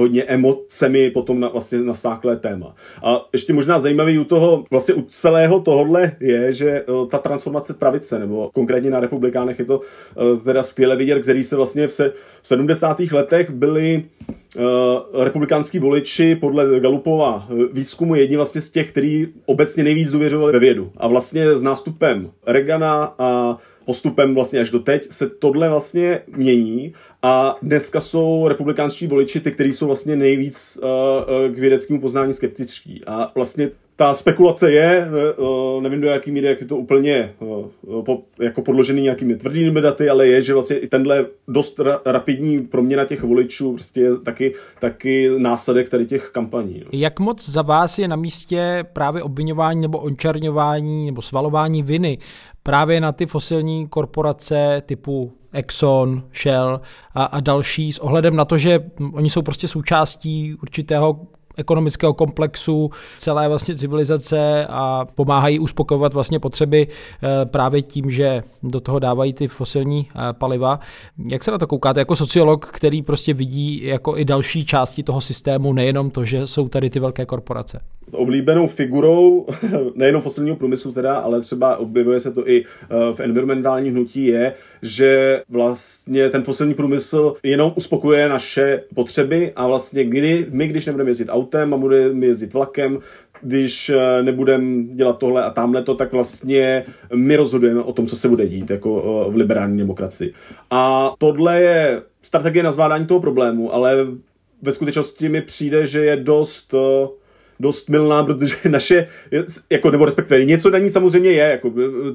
Speaker 3: emocemi potom vlastně nasáklé téma. A ještě možná zajímavý u celého tohodle je, že ta transformace pravice, nebo konkrétně na republikánech je to teda skvěle vidět, který se vlastně v 70. letech byli republikánský voliči podle Gallupova výzkumu jedni vlastně z těch, kteří obecně nejvíc důvěřovali ve vědu. A vlastně s nástupem Reagana a postupem vlastně až do teď se tohle vlastně mění a dneska jsou republikánští voliči ty, kteří jsou vlastně nejvíc k vědeckému poznání skeptičtí. A vlastně ta spekulace je, nevím do jaký míry, jak je to úplně jako podložený nějakými tvrdými daty, ale je, že vlastně i tenhle dost rapidní proměna těch voličů prostě je taky následek tady těch kampaní.
Speaker 1: Jak moc za vás je na místě právě obviňování nebo ončerňování nebo svalování viny právě na ty fosilní korporace typu Exxon, Shell a další s ohledem na to, že oni jsou prostě součástí určitého ekonomického komplexu celé vlastně civilizace a pomáhají uspokojovat vlastně potřeby právě tím, že do toho dávají ty fosilní paliva. Jak se na to koukáte jako sociolog, který prostě vidí jako i další části toho systému, nejenom to, že jsou tady ty velké korporace?
Speaker 3: Oblíbenou figurou nejenom fosilního průmyslu teda, ale třeba objevuje se to i v environmentálním hnutí je, že vlastně ten fosilní průmysl jenom uspokojuje naše potřeby a vlastně když nebudeme jezdit autem a budeme jezdit vlakem, když nebudeme dělat tohle a tamhleto, tak vlastně my rozhodujeme o tom, co se bude dít jako v liberální demokracii. A tohle je strategie na zvládání toho problému, ale ve skutečnosti mi přijde, že je dost mylná, protože naše, jako, nebo respektive něco na ní samozřejmě je, jako,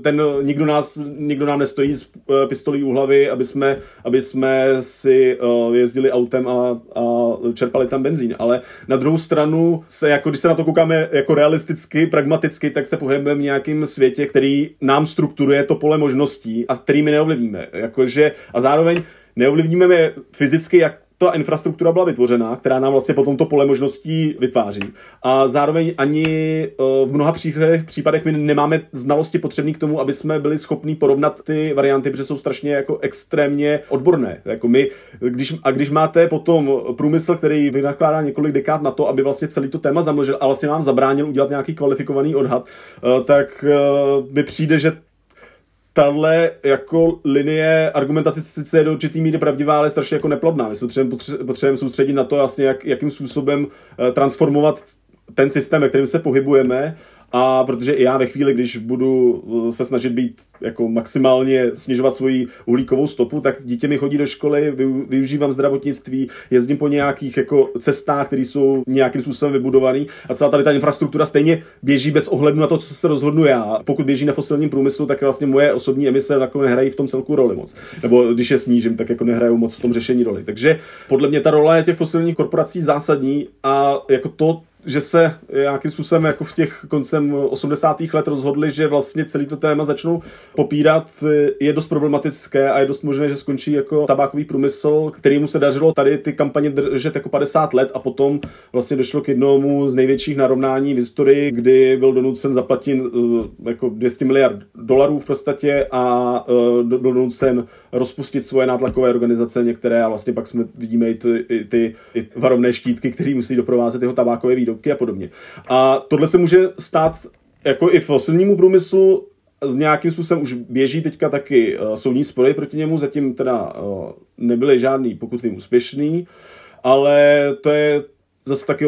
Speaker 3: nikdo nám nestojí s pistolí u hlavy, aby jsme si jezdili autem a čerpali tam benzín, ale na druhou stranu když se na to koukáme jako realisticky, pragmaticky, tak se pohybujeme v nějakém světě, který nám strukturuje to pole možností a který my neovlivníme. A zároveň neovlivníme fyzicky, jak ta infrastruktura byla vytvořena, která nám vlastně potom to pole možností vytváří. A zároveň ani v mnoha případech my nemáme znalosti potřebné k tomu, aby jsme byli schopni porovnat ty varianty, protože jsou strašně jako extrémně odborné. Jako když máte potom průmysl, který vynakládá několik dekád na to, aby vlastně celý to téma zamlžil a vlastně vám zabránil udělat nějaký kvalifikovaný odhad, tak mi přijde, že tahle jako linie argumentace sice je do určitý míry pravdivá, ale strašně jako neplodná. My se potřebujeme soustředit na to, vlastně, jakým způsobem transformovat ten systém, ve kterém se pohybujeme. A protože i já ve chvíli, když budu se snažit být jako maximálně snižovat svoji uhlíkovou stopu, tak dítě mi chodí do školy, využívám zdravotnictví, jezdím po nějakých jako cestách, které jsou nějakým způsobem vybudované a celá tady ta infrastruktura stejně běží bez ohledu na to, co se rozhodnu já. Pokud běží na fosilním průmyslu, tak vlastně moje osobní emise jako nehrají v tom celku roli moc. Nebo když je snížím, tak jako nehrajou moc v tom řešení roli. Takže podle mě ta role těch fosilních korporací zásadní a jako to, že se nějakým způsobem jako v těch koncem 80. let rozhodli, že vlastně celý to téma začnou popírat, je dost problematické a je dost možné, že skončí jako tabákový průmysl, kterýmu se dařilo tady ty kampaně držet jako 50 let a potom vlastně došlo k jednomu z největších narovnání v historii, kdy byl donucen zaplatit jako $200 miliard v podstatě a byl donucen rozpustit svoje nátlakové organizace některé a vlastně pak jsme vidíme i ty varovné štítky, které musí doprovázet jeho tabákové výrobky a podobně. A tohle se může stát jako i fosilnímu průmyslu, s nějakým způsobem už běží teďka taky soudní spory proti němu, zatím teda nebyly žádný, pokud vím, úspěšný, ale to je zase taky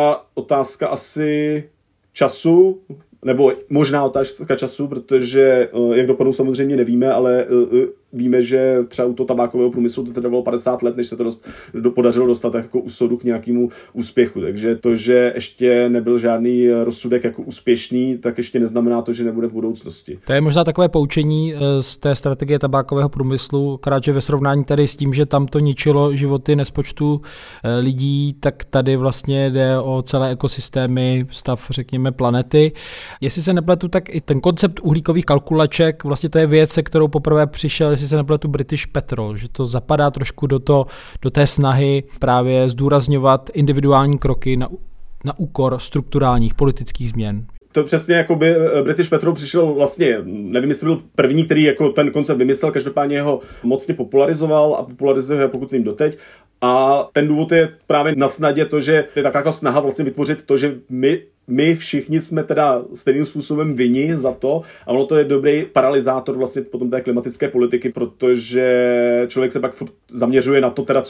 Speaker 3: otázka asi času, nebo možná otázka času, protože jak dopadnou samozřejmě nevíme, ale víme, že třeba u toho tabákového průmyslu to trvalo 50 let, než se to podařilo dostat jako u soudu k nějakému úspěchu. Takže to, že ještě nebyl žádný rozsudek jako úspěšný, tak ještě neznamená to, že nebude v budoucnosti.
Speaker 1: To je možná takové poučení z té strategie tabákového průmyslu, krátce ve srovnání tady s tím, že tam to ničilo životy nespočtu lidí, tak tady vlastně jde o celé ekosystémy, stav, řekněme, planety. Jestli se nepletu, tak i ten koncept uhlíkových kalkulaček, vlastně to je věc, se kterou poprvé přišel, jestli se nepletu, British Petrol, že to zapadá trošku do té snahy právě zdůrazňovat individuální kroky na úkor strukturálních politických změn.
Speaker 3: To přesně jako by British Petrol přišel vlastně, nevím, jestli byl první, který jako ten koncept vymyslel, každopádně ho mocně popularizoval a popularizuje ho, pokud vím, doteď. A ten důvod je právě na snadě to, že je taková snaha vlastně vytvořit to, že my všichni jsme teda stejným způsobem vinni za to a ono to je dobrý paralyzátor vlastně potom té klimatické politiky, protože člověk se pak furt zaměřuje na to teda,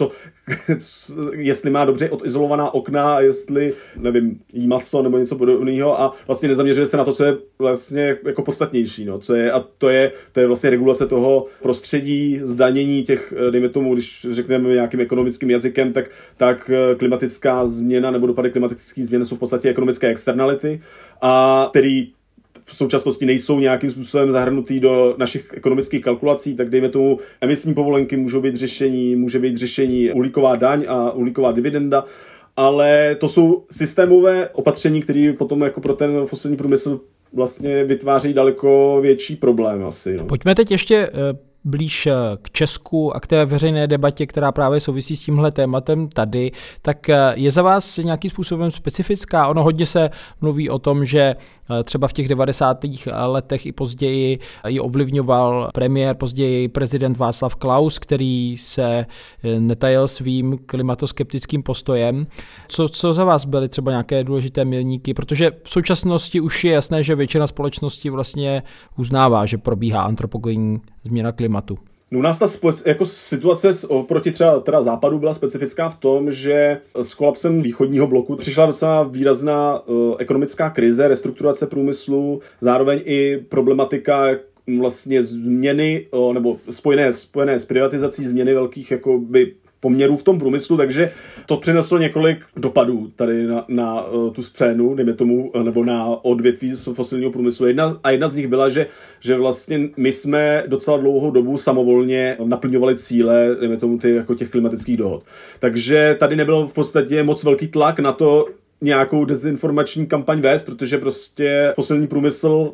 Speaker 3: jestli má dobře odizolovaná okna a jestli, nevím, jí maso nebo něco podobného a vlastně nezaměřuje se na to, co je vlastně jako podstatnější, no, to je vlastně regulace toho prostředí, zdanění těch, dejme tomu, když řekneme nějakým ekonomickým jazykem, tak klimatická změna nebo dopady klimatických změn jsou v podstatě ekonomické externality, a který v současnosti nejsou nějakým způsobem zahrnutý do našich ekonomických kalkulací, tak dejme tomu emisní povolenky může být řešení uhlíková daň a uhlíková dividenda, ale to jsou systémové opatření, které potom jako pro ten fosilní průmysl vlastně vytváří daleko větší problém asi. No.
Speaker 1: Pojďme teď ještě blíž k Česku a k té veřejné debatě, která právě souvisí s tímhle tématem tady, tak je za vás nějakým způsobem specifická? Ono hodně se mluví o tom, že třeba v těch 90. letech i později ji ovlivňoval premiér, později prezident Václav Klaus, který se netajil svým klimatoskeptickým postojem. Co za vás byly třeba nějaké důležité milníky? Protože v současnosti už je jasné, že většina společnosti vlastně uznává, že probíhá antropogenní změna klimatu.
Speaker 3: No, u nás ta jako situace oproti třeba západu byla specifická v tom, že s kolapsem východního bloku přišla docela výrazná ekonomická krize, restrukturace průmyslu, zároveň i problematika vlastně změny nebo spojené s privatizací, změny velkých jakoby poměrů v tom průmyslu, takže to přineslo několik dopadů tady na tu scénu, dejme tomu, nebo na odvětví fosilního průmyslu. Jedna z nich byla, že vlastně my jsme docela dlouhou dobu samovolně naplňovali cíle, dejme tomu, těch klimatických dohod. Takže tady nebyl v podstatě moc velký tlak na to nějakou dezinformační kampaň vést, protože prostě fosilní průmysl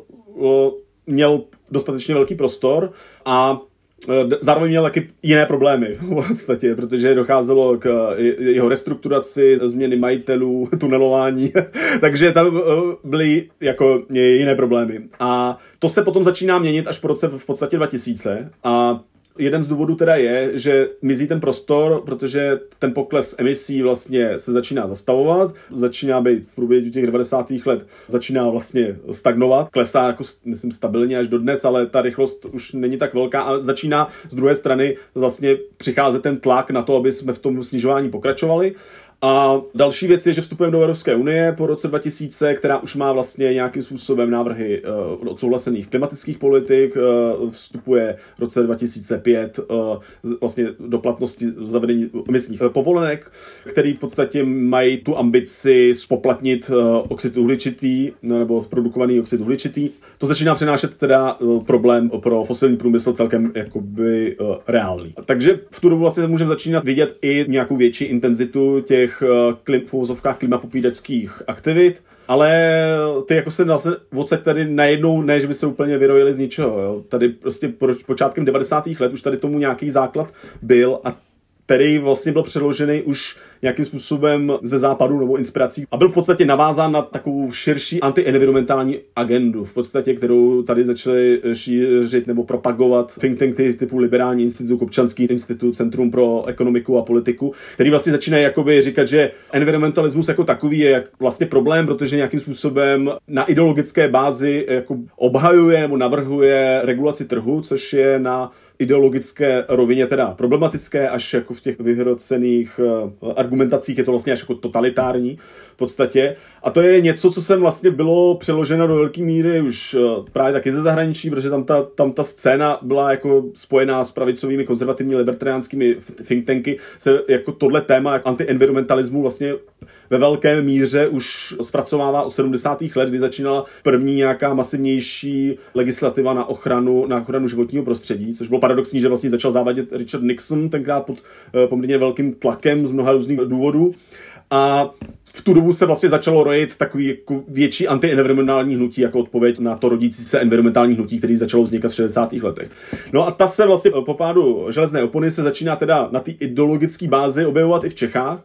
Speaker 3: měl dostatečně velký prostor a zároveň měl taky jiné problémy v podstatě, protože docházelo k jeho restrukturaci, změny majitelů, tunelování, takže tam byly jako jiné problémy. A to se potom začíná měnit až po roce v podstatě 2000 a Jeden z důvodů teda je, že mizí ten prostor, protože ten pokles emisí vlastně se začíná zastavovat, začíná být v průběhu těch 90. let, začíná vlastně stagnovat, klesá jako, myslím, stabilně až do dnes, ale ta rychlost už není tak velká a začíná z druhé strany vlastně přicházet ten tlak na to, aby jsme v tom snižování pokračovali. A další věc je, že vstupujeme do Evropské unie po roce 2000, která už má vlastně nějakým způsobem návrhy odsouhlasených klimatických politik, vstupuje v roce 2005 vlastně do platnosti zavedení emisních povolenek, který v podstatě mají tu ambici spoplatnit oxid uhličitý nebo produkovaný oxid uhličitý. To začíná přinášet teda problém pro fosilní průmysl celkem jakoby reálný. Takže v tu dobu vlastně můžeme začínat vidět i nějakou větší intenzitu těch v uvozovkách klimapopíračských aktivit, ale ty jako se odsaď tady najednou, ne, že by se úplně vyrojili z ničeho. Jo. Tady prostě počátkem 90. let už tady tomu nějaký základ byl a který vlastně byl přeložený už nějakým způsobem ze západu nebo inspirací a byl v podstatě navázán na takovou širší anti-environmentální agendu, v podstatě, kterou tady začali šířit nebo propagovat think tanky typu Liberální institut, Občanský institut, Centrum pro ekonomiku a politiku, který vlastně začínají jakoby říkat, že environmentalismus jako takový je vlastně problém, protože nějakým způsobem na ideologické bázi jako obhajuje nebo navrhuje regulaci trhu, což je na ideologické rovině teda problematické, až jako v těch vyhrocených argumentacích je to vlastně až jako totalitární v podstatě. A to je něco, co sem vlastně bylo přeloženo do velké míry už právě taky ze zahraničí, protože tam ta scéna byla jako spojená s pravicovými konzervativní libertariánskými think tanky, se jako tohle téma jako anti-environmentalismu vlastně ve velké míře už zpracovává od 70. let, kdy začínala první nějaká masivnější legislativa na ochranu životního prostředí, což bylo paradoxní, že vlastně začal závadět Richard Nixon tenkrát pod poměrně velkým tlakem z mnoha různých důvodů. A v tu dobu se vlastně začalo rojit takový jako větší anti-environmentální hnutí jako odpověď na to rodící se environmentální hnutí, který začalo vznikat v 60. letech. No a ta se vlastně po pádu železné opony se začíná teda na té ideologické bázi objevovat i v Čechách.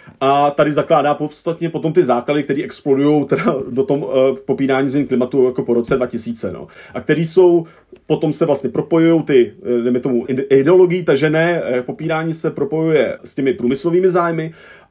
Speaker 3: A tady zakládá podstatně potom ty základy, které explodují teda do tom popírání změn klimatu jako po roce 2000. No. A který jsou, potom se vlastně propojují ty, dejme tomu, ideologii tažené, popírání se propojuje s těmi průmyslovými zájmy,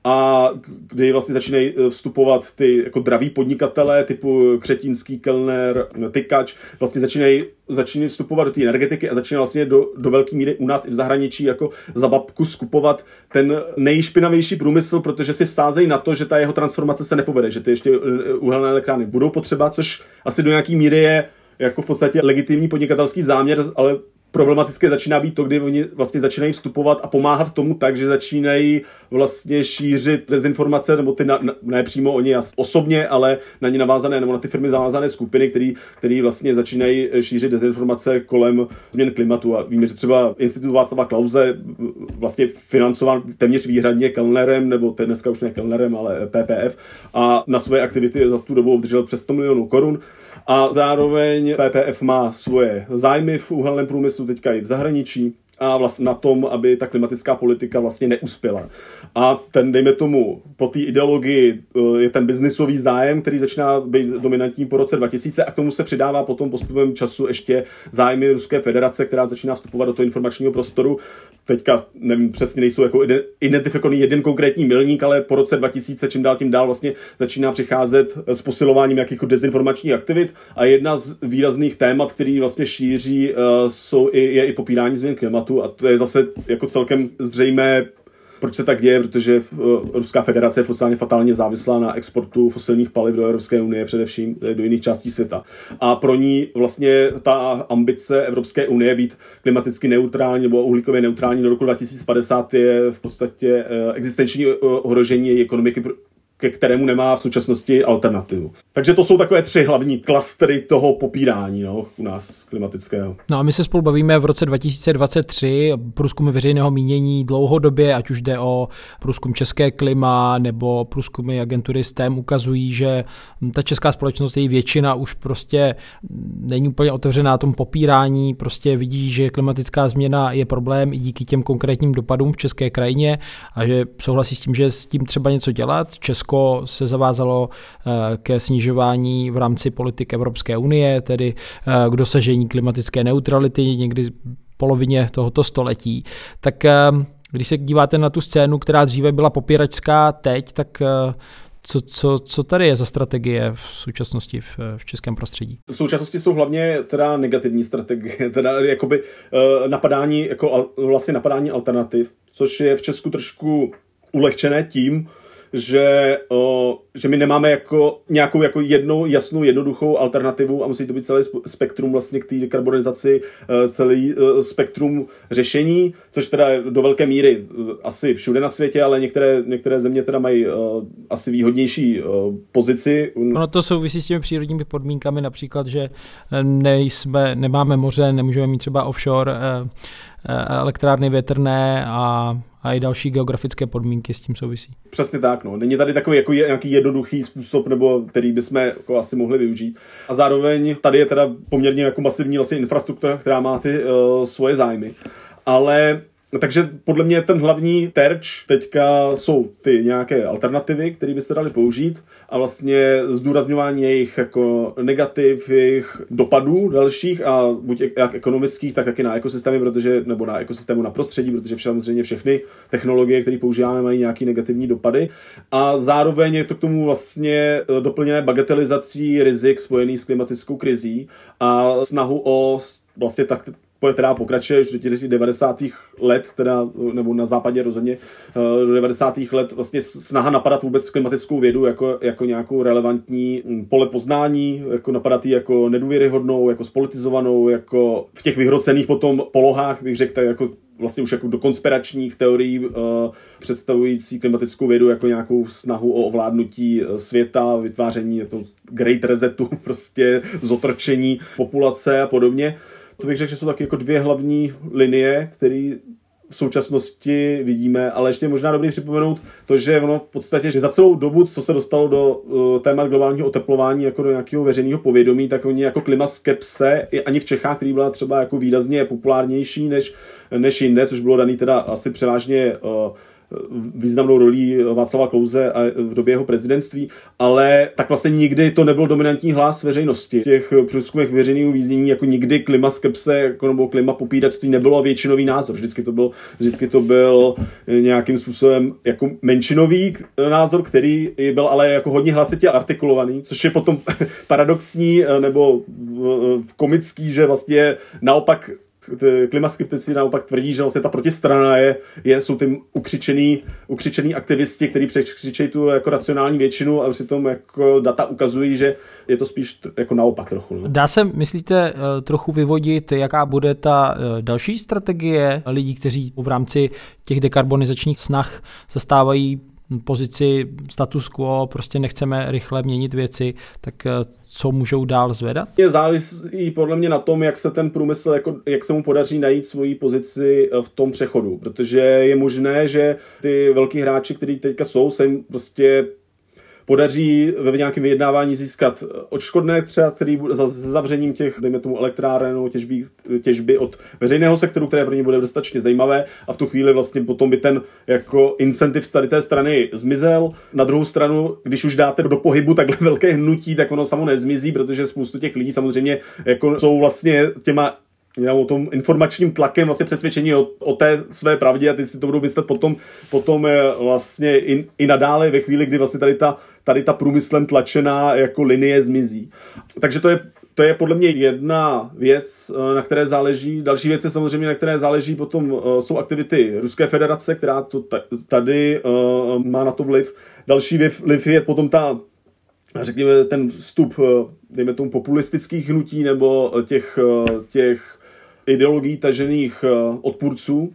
Speaker 3: a kdy vlastně začínají vstupovat ty jako draví podnikatelé typu Křetínský, Kellner, Tykač, vlastně začínají vstupovat do té energetiky a začínají vlastně do velké míry u nás i v zahraničí jako za babku skupovat ten nejšpinavější průmysl, protože si vsázejí na to, že ta jeho transformace se nepovede, že ty ještě uhelné elektrárny budou potřeba, což asi do nějaký míry je jako v podstatě legitimní podnikatelský záměr, ale problematické začíná být to, kdy oni vlastně začínají vstupovat a pomáhat tomu tak, že začínají vlastně šířit dezinformace, nebo ty ne přímo oni osobně, ale na ně navázané, nebo na ty firmy zavázané skupiny, který vlastně začínají šířit dezinformace kolem změn klimatu. A víme, že třeba Institut Václava Klause vlastně financoval téměř výhradně Kellnerem, nebo dneska už ne Kellnerem, ale PPF, a na své aktivity za tu dobu obdržel přes 100 milionů korun. A zároveň PPF má svoje zájmy v uhelném průmyslu, teďka i v zahraničí, a vlastně na tom, aby ta klimatická politika vlastně neuspěla. A ten, dejme tomu, po té ideologii je ten biznisový zájem, který začíná být dominantní po roce 2000 a k tomu se přidává potom postupem času ještě zájmy Ruské federace, která začíná vstupovat do toho informačního prostoru. Teďka, nevím, přesně nejsou jako identifikovaný jeden konkrétní milník, ale po roce 2000 čím dál tím dál vlastně začíná přicházet s posilováním jakých dezinformačních aktivit a jedna z výrazných témat, který vlastně šíří, je i popírání změn klimatu. A to je zase jako celkem zřejmé, proč se tak děje, protože Ruská federace je podstatně fatálně závislá na exportu fosilních paliv do Evropské unie, především do jiných částí světa. A pro ní vlastně ta ambice Evropské unie být klimaticky neutrální nebo uhlíkově neutrální do roku 2050 je v podstatě existenční ohrožení její ekonomiky, ke kterému nemá v současnosti alternativu. Takže to jsou takové 3 hlavní klastry toho popírání u nás klimatického.
Speaker 1: No a my se spolu bavíme v roce 2023, průzkumy veřejného mínění dlouhodobě, ať už jde o průzkum České klima nebo průzkumy agentury STEM, ukazují, že ta česká společnost, její většina už prostě není úplně otevřená tomu popírání, prostě vidí, že klimatická změna je problém i díky těm konkrétním dopadům v české krajině a že souhlasí s tím, že s tím třeba něco dělat. Česko se zavázalo ke snižování v rámci politik Evropské unie, tedy k dosažení klimatické neutrality někdy polovině tohoto století. Tak když se díváte na tu scénu, která dříve byla popíračská teď, tak co tady je za strategie v současnosti v českém prostředí?
Speaker 3: V současnosti jsou hlavně teda negativní strategie, teda jakoby napadání, vlastně napadání alternativ, což je v Česku trošku ulehčené tím, že my nemáme jako nějakou jako jednou jasnou jednoduchou alternativu a musí to být celý spektrum vlastně k té dekarbonizaci, celý spektrum řešení, což teda do velké míry asi všude na světě, ale některé země teda mají asi výhodnější pozici.
Speaker 1: Ono to souvisí s těmi přírodními podmínkami, například, že nemáme moře, nemůžeme mít třeba offshore elektrárny větrné a i další geografické podmínky s tím souvisí.
Speaker 3: Přesně tak, no. Není tady takový jako nějaký jednoduchý způsob, nebo který bychom jako asi mohli využít. A zároveň tady je teda poměrně jako masivní vlastně infrastruktura, která má ty svoje zájmy. Ale takže podle mě ten hlavní terč teďka jsou ty nějaké alternativy, které byste dali použít a vlastně zdůrazňování jejich jako negativ, jejich dopadů dalších a buď jak ekonomických, tak taky na ekosystémy, nebo na ekosystému na prostředí, protože samozřejmě všechny technologie, které používáme, mají nějaké negativní dopady a zároveň je to k tomu vlastně doplněné bagatelizací rizik spojených s klimatickou krizí a snahu o vlastně tak která pokračuje už do těch 90. let, teda, nebo na západě rozhodně do 90. let, vlastně snaha napadat vůbec klimatickou vědu jako nějakou relevantní pole poznání, jako napadat ji jako nedůvěryhodnou, jako spolitizovanou, jako v těch vyhrocených potom polohách, bych řekl, jako vlastně už jako do konspiračních teorií představující klimatickou vědu jako nějakou snahu o ovládnutí světa, vytváření toho Great Resetu, prostě zotročení populace a podobně. To bych řekl, že jsou taky jako dvě hlavní linie, které v současnosti vidíme, ale ještě možná dobrý připomenout to, že ono v podstatě, že za celou dobu, co se dostalo do témat globálního oteplování jako do nějakého veřejného povědomí, tak oni jako klimaskepse, ani v Čechách, který byla třeba jako výrazně populárnější než jinde, což bylo daný teda asi převážně významnou rolí Václava Klause a v době jeho prezidentství, ale tak vlastně nikdy to nebyl dominantní hlas veřejnosti. V těch průzkumech veřejného význění jako nikdy klimaskepse jako nebo klimapopíračství nebylo většinový názor. Vždycky to byl nějakým způsobem jako menšinový názor, který byl ale jako hodně hlasitě artikulovaný, což je potom paradoxní nebo komický, že vlastně naopak klimaskeptici naopak tvrdí, že vlastně ta protistrana jsou ty ukřičený aktivisti, kteří překřičejí tu jako racionální většinu a přitom jako data ukazují, že je to spíš jako naopak trochu. No.
Speaker 1: Dá se, myslíte, trochu vyvodit, jaká bude ta další strategie lidí, kteří v rámci těch dekarbonizačních snah zastávají pozici status quo, prostě nechceme rychle měnit věci, tak co můžou dál zvedat?
Speaker 3: Závisí podle mě na tom, jak se ten průmysl, jak se mu podaří najít svoji pozici v tom přechodu, protože je možné, že ty velký hráči, kteří teďka jsou, se jim prostě podaří ve nějakém vyjednávání získat odškodné třeba, který bude za zavřením těch, dejme tomu, elektráren nebo těžby od veřejného sektoru, které pro ně bude dostatečně zajímavé a v tu chvíli vlastně potom by ten jako incentiv z tady té strany zmizel. Na druhou stranu, když už dáte do pohybu takhle velké hnutí, tak ono samo nezmizí, protože spoustu těch lidí samozřejmě jako jsou vlastně těma o tom informačním tlakem vlastně přesvědčení o té své pravdě a ty si to budou myslet potom vlastně i nadále ve chvíli, kdy vlastně tady ta průmyslem tlačená jako linie zmizí. Takže to je podle mě jedna věc, na které záleží. Další věc je samozřejmě, na které záleží potom jsou aktivity Ruské federace, která to tady má na to vliv. Další vliv je potom řekněme, ten vstup, dejme tomu, populistických hnutí nebo těch ideologií tažených odpůrců.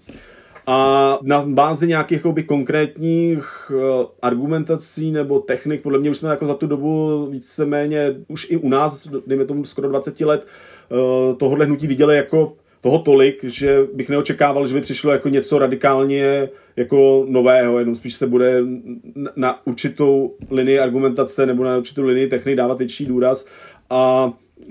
Speaker 3: A na bázi nějakých konkrétních argumentací nebo technik, podle mě už jsme jako za tu dobu víceméně už i u nás, dejme tomu skoro 20 let, tohohle hnutí viděli jako toho tolik, že bych neočekával, že by přišlo jako něco radikálně jako nového, jenom spíš se bude na určitou linii argumentace nebo na určitou linii technik dávat větší důraz a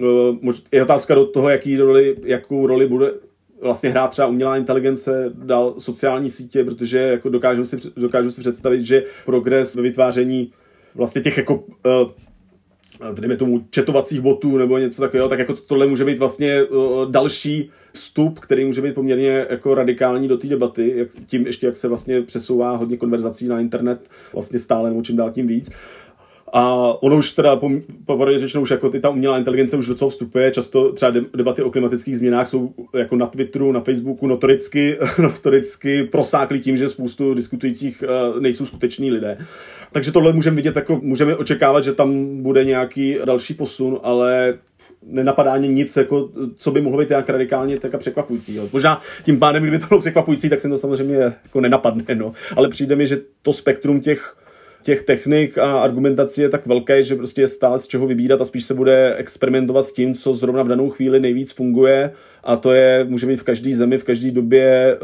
Speaker 3: je otázka do toho, jakou roli bude vlastně hrát třeba umělá inteligence, dál sociální sítě, protože jako dokážu si představit, že progres ve vytváření vlastně těch jako dejme tomu četovacích botů nebo něco takového, tak jako tohle může být vlastně další vstup, který může být poměrně jako radikální do té debaty, tím ještě jak se vlastně přesouvá hodně konverzací na internet vlastně stále nebo čím dál tím víc. A ono už teda, popravdě řečeno, už jako ta umělá inteligence už docela vstupuje, často třeba debaty o klimatických změnách jsou jako na Twitteru, na Facebooku notoricky prosáklí tím, že spoustu diskutujících nejsou skuteční lidé. Takže tohle můžeme vidět, jako můžeme očekávat, že tam bude nějaký další posun, ale nenapadá ani nic, jako, co by mohlo být nějak radikálně tak překvapující. Jo. Možná tím pádem, kdyby to bylo překvapující, tak se to samozřejmě jako nenapadne. No. Ale přijde mi, že to spektrum těch technik a argumentací je tak velké, že prostě je stále z čeho vybírat a spíš se bude experimentovat s tím, co zrovna v danou chvíli nejvíc funguje, a to může být v každé zemi, v každé době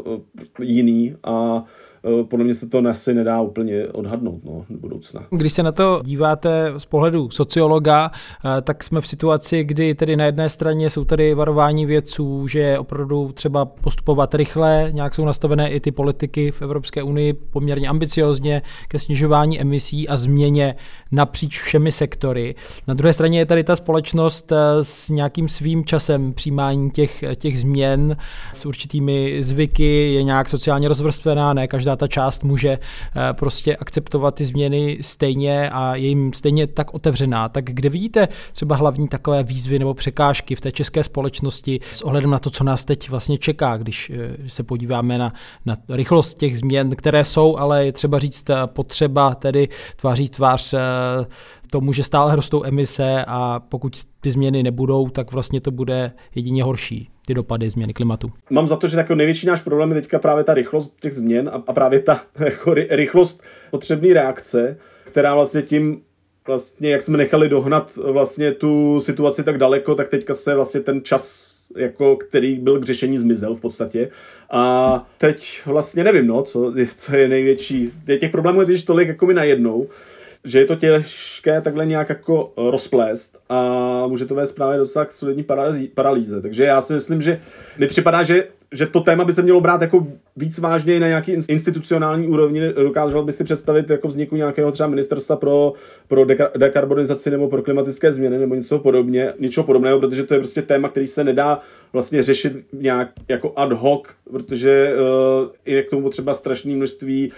Speaker 3: jiný a podle mě se to asi nedá úplně odhadnout do budoucna.
Speaker 1: Když se na to díváte z pohledu sociologa, tak jsme v situaci, kdy tedy na jedné straně jsou tady varování vědců, že je opravdu třeba postupovat rychle, nějak jsou nastavené i ty politiky v Evropské unii poměrně ambiciozně ke snižování emisí a změně napříč všemi sektory. Na druhé straně je tady ta společnost s nějakým svým časem přijímání těch změn, s určitými zvyky, je nějak sociálně rozvrstvená, ne každá ta část může prostě akceptovat ty změny stejně a je jim stejně tak otevřená. Tak kde vidíte třeba hlavní takové výzvy nebo překážky v té české společnosti s ohledem na to, co nás teď vlastně čeká, když se podíváme na rychlost těch změn, které jsou, ale je třeba říct potřeba tedy tváří tvář tomu, že stále rostou emise a pokud ty změny nebudou, tak vlastně to bude jedině horší, ty dopady změny klimatu.
Speaker 3: Mám za to, že takový největší náš problém je teďka právě ta rychlost těch změn a právě ta jako rychlost potřebné reakce, která vlastně tím, vlastně, jak jsme nechali dohnat vlastně tu situaci tak daleko, tak teďka se vlastně ten čas, jako, který byl k řešení, zmizel v podstatě. A teď vlastně nevím, co je největší. Těch problémů je totiž tolik jako mi najednou, že je to těžké takhle nějak jako rozplést a může to vést právě docela k solidní paralýze. Takže já si myslím, že mi připadá, že to téma by se mělo brát jako víc vážně na nějaký institucionální úrovni. Dokázal by si představit jako vzniku nějakého třeba ministerstva pro dekarbonizaci nebo pro klimatické změny nebo něčeho podobného, protože to je prostě téma, který se nedá vlastně řešit nějak jako ad hoc, protože je k tomu potřeba strašné množství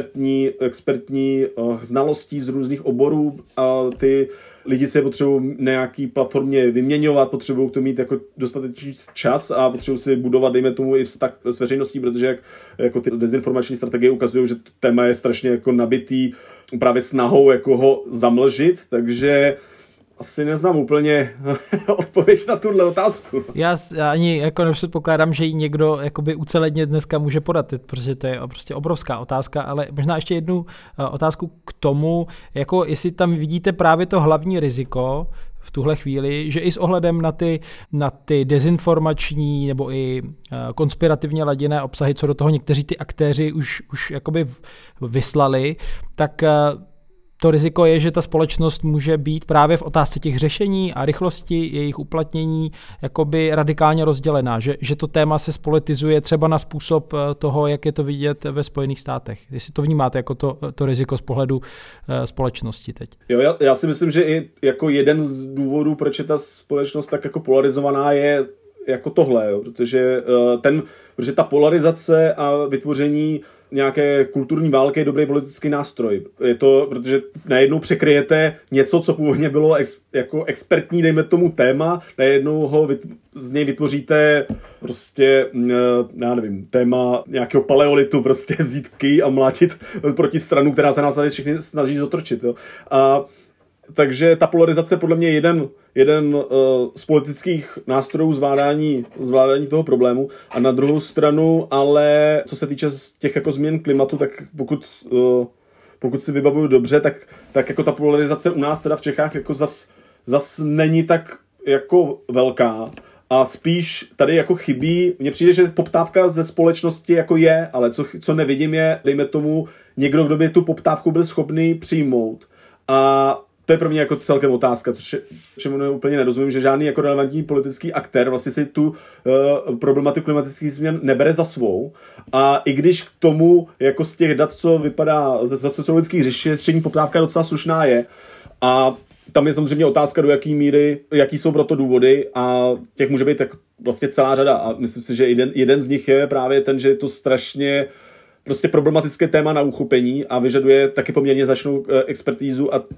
Speaker 3: expertní znalostí z různých oborů a ty lidi se potřebují nějaký platformě vyměňovat, potřebují k tomu mít jako dostatečný čas a potřebují si budovat, dejme tomu, i vztah s veřejností, protože jako ty dezinformační strategie ukazují, že to téma je strašně jako nabitý právě snahou jako ho zamlžit, takže asi neznám úplně odpověď na tuhle otázku.
Speaker 1: Já ani jako nepředpokládám, že ji někdo jakoby uceledně dneska může podat, protože to je prostě obrovská otázka, ale možná ještě jednu otázku k tomu, jako jestli tam vidíte právě to hlavní riziko v tuhle chvíli, že i s ohledem na ty dezinformační nebo i konspirativně laděné obsahy, co do toho někteří ty aktéři už jakoby vyslali, tak to riziko je, že ta společnost může být právě v otázce těch řešení a rychlosti jejich uplatnění jakoby radikálně rozdělená, že to téma se spolitizuje třeba na způsob toho, jak je to vidět ve Spojených státech. Jestli to vnímáte jako to riziko z pohledu společnosti teď.
Speaker 3: Jo, já si myslím, že i jako jeden z důvodů, proč je ta společnost tak jako polarizovaná, je jako tohle, jo, protože ta polarizace a vytvoření nějaké kulturní války je dobrý politický nástroj. Je to, protože najednou překryjete něco, co původně bylo jako expertní, dejme tomu, téma, najednou z něj vytvoříte prostě, já nevím, téma nějakého paleolitu, prostě vzít kij a mlátit proti stranu, která se nás tady všichni snaží zotročit. Jo. Takže ta polarizace je podle mě jeden z politických nástrojů zvládání toho problému. A na druhou stranu, ale co se týče těch jako změn klimatu, tak pokud si vybavuju dobře, tak jako ta polarizace u nás teda v Čechách jako zas není tak jako velká. A spíš tady jako chybí, mně přijde, že poptávka ze společnosti jako je, ale co nevidím je, dejme tomu, někdo, kdo by tu poptávku byl schopný přijmout. A to je pro mě jako celkem otázka, čemu úplně nerozumím, že žádný jako relevantní politický aktér vlastně si tu problematiku klimatických změn nebere za svou. A i když k tomu jako z těch dat, co vypadá ze sociologických řešení, poptávka docela slušná je. A Tam je samozřejmě otázka, do jaký míry, jaký jsou pro to důvody a těch může být tak vlastně celá řada a myslím si, že jeden z nich je právě ten, že je to strašně prostě problematické téma na uchopení a vyžaduje taky poměrně značnou expertízu a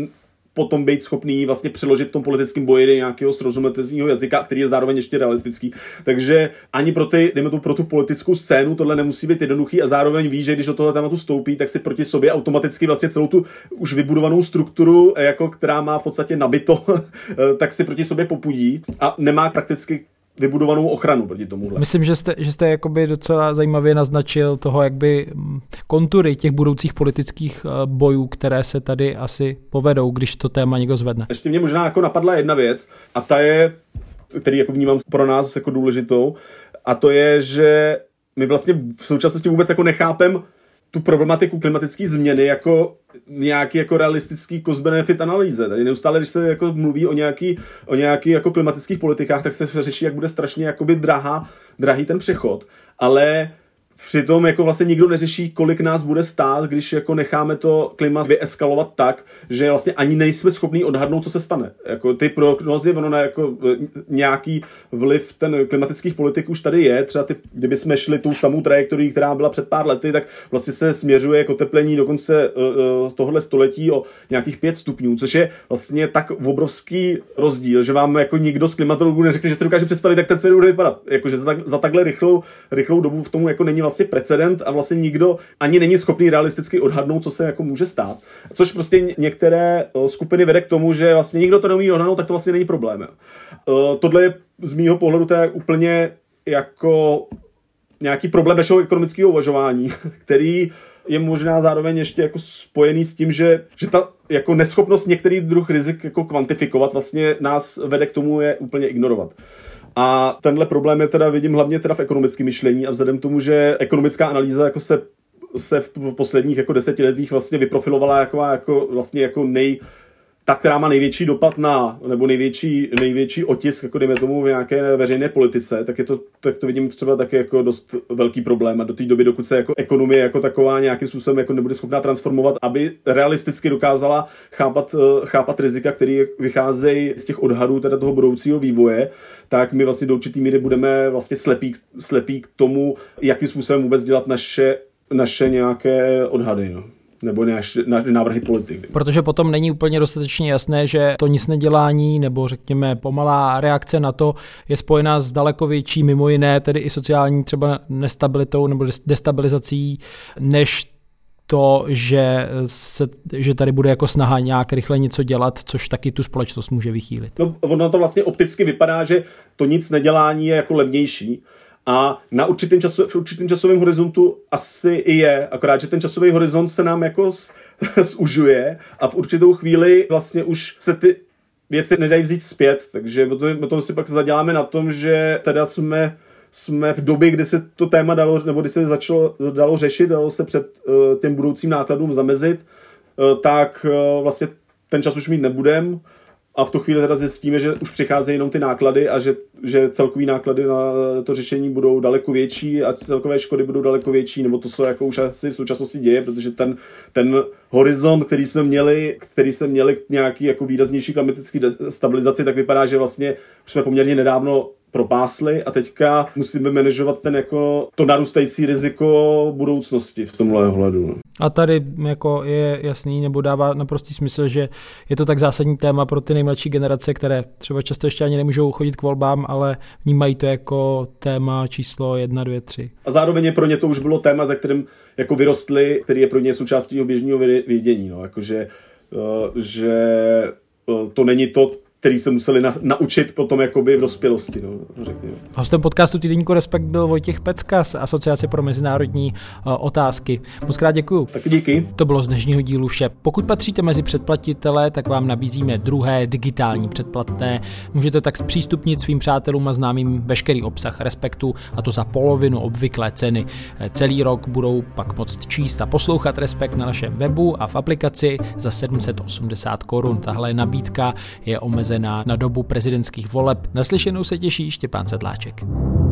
Speaker 3: potom být schopný vlastně přeložit v tom politickém boji do nějakého srozumitelného jazyka, který je zároveň ještě realistický. Takže ani pro tu politickou scénu tohle nemusí být jednoduchý a zároveň ví, že když do toho tématu stoupí, tak si proti sobě automaticky vlastně celou tu už vybudovanou strukturu, jako která má v podstatě nabito, tak si proti sobě popudí a nemá prakticky vybudovanou ochranu proti tomuhle.
Speaker 1: Myslím, že jste jakoby docela zajímavě naznačil toho, jak by kontury těch budoucích politických bojů, které se tady asi povedou, když to téma někdo zvedne.
Speaker 3: Ještě mě možná jako napadla jedna věc a ta je, který jako vnímám pro nás jako důležitou, a to je, že my vlastně v současnosti vůbec jako nechápem tu problematiku klimatické změny jako nějaký jako realistický cost-benefit analýze. Tady neustále, když se jako mluví o nějaký jako klimatických politikách, tak se řeší, jak bude strašně jakoby drahý ten přechod, ale přitom jako vlastně nikdo neřeší, kolik nás bude stát, když jako necháme to klima vyeskalovat tak, že vlastně ani nejsme schopní odhadnout, co se stane. Jako ty prognózy, ono na jako nějaký vliv ten klimatických politik už tady je. Třeba kdyby jsme šli tou samou trajektorií, která byla před pár lety, tak vlastně se směřuje k oteplení dokonce tohohle století o nějakých 5 stupňů, což je vlastně tak obrovský rozdíl, že vám jako nikdo z klimatologů neřekne, že se dokáže představit, jak ten svět bude vypadat. Jako, že za takhle rychlou dobu v tomu jako není vlastně precedent a vlastně nikdo ani není schopný realisticky odhadnout, co se jako může stát. Což prostě některé skupiny vede k tomu, že vlastně nikdo to neumí odhadnout, tak to vlastně není problém. Tohle je z mýho pohledu to je úplně jako nějaký problém našeho ekonomického uvažování, který je možná zároveň ještě jako spojený s tím, že ta jako neschopnost některých druh rizik jako kvantifikovat vlastně nás vede k tomu je úplně ignorovat. A tenhle problém je teda vidím hlavně teda v ekonomickém myšlení a vzhledem k tomu, že ekonomická analýza jako se v posledních jako desetiletích vlastně vyprofilovala jako ta, která má největší dopad nebo největší otisk, jako dejme tomu v nějaké veřejné politice, tak to vidím třeba taky jako dost velký problém a do té doby, dokud se jako ekonomie jako taková nějakým způsobem jako nebude schopná transformovat, aby realisticky dokázala chápat rizika, které vycházejí z těch odhadů teda toho budoucího vývoje, tak my vlastně do určitý míry budeme vlastně slepí k tomu, jakým způsobem vůbec dělat naše nějaké odhady, no. Nebo návrhy politik.
Speaker 1: Protože potom není úplně dostatečně jasné, že to nic nedělání nebo řekněme pomalá reakce na to je spojená s daleko větší, mimo jiné tedy i sociální třeba nestabilitou nebo destabilizací, než to, že tady bude jako snaha nějak rychle něco dělat, což taky tu společnost může vychýlit. No,
Speaker 3: ono to vlastně opticky vypadá, že to nic nedělání je jako levnější. A v určitém časovém horizontu asi i je, akorát, že ten časový horizont se nám jako zužuje a v určitou chvíli vlastně už se ty věci nedají vzít zpět, takže potom si pak zaděláme na tom, že teda jsme v době, kdy se to téma dalo, nebo kdy se dalo řešit, dalo se před těm budoucím nákladům zamezit, tak vlastně ten čas už mít nebudem. A v tu chvíli teda zjistíme, že už přicházejí jenom ty náklady a že celkový náklady na to řešení budou daleko větší a celkové škody budou daleko větší, nebo to se jako už asi v současnosti děje, protože ten horizont, který jsme měli k nějaký jako výraznější klimatické stabilizaci, tak vypadá, že vlastně už jsme poměrně nedávno propásli a teďka musíme manažovat to narůstající riziko budoucnosti v tomhle ohledu.
Speaker 1: A tady jako je jasný, nebo dává naprostý smysl, že je to tak zásadní téma pro ty nejmladší generace, které třeba často ještě ani nemůžou chodit k volbám, ale vnímají to jako téma číslo 1, 2, 3. A
Speaker 3: zároveň pro ně to už bylo téma, za kterým jako vyrostli, který je pro ně součástí běžného vědění. No. Jakože, že to není to, který se museli naučit potom jakoby v dospělosti. No, řekněme.
Speaker 1: Hostem podcastu Týdeníku Respekt byl Vojtěch Pecka z Asociace pro mezinárodní otázky. Moc krát děkuju.
Speaker 3: Taky díky.
Speaker 1: To bylo z dnešního dílu vše. Pokud patříte mezi předplatitele, tak vám nabízíme druhé digitální předplatné. Můžete tak zpřístupnit svým přátelům a známým veškerý obsah Respektu, a to za polovinu obvyklé ceny. Celý rok budou pak moct číst a poslouchat Respekt na našem webu a v aplikaci za 780 Kč. Tahle nabídka je omezená na dobu prezidentských voleb. Naslyšenou se těší Štěpán Sedláček.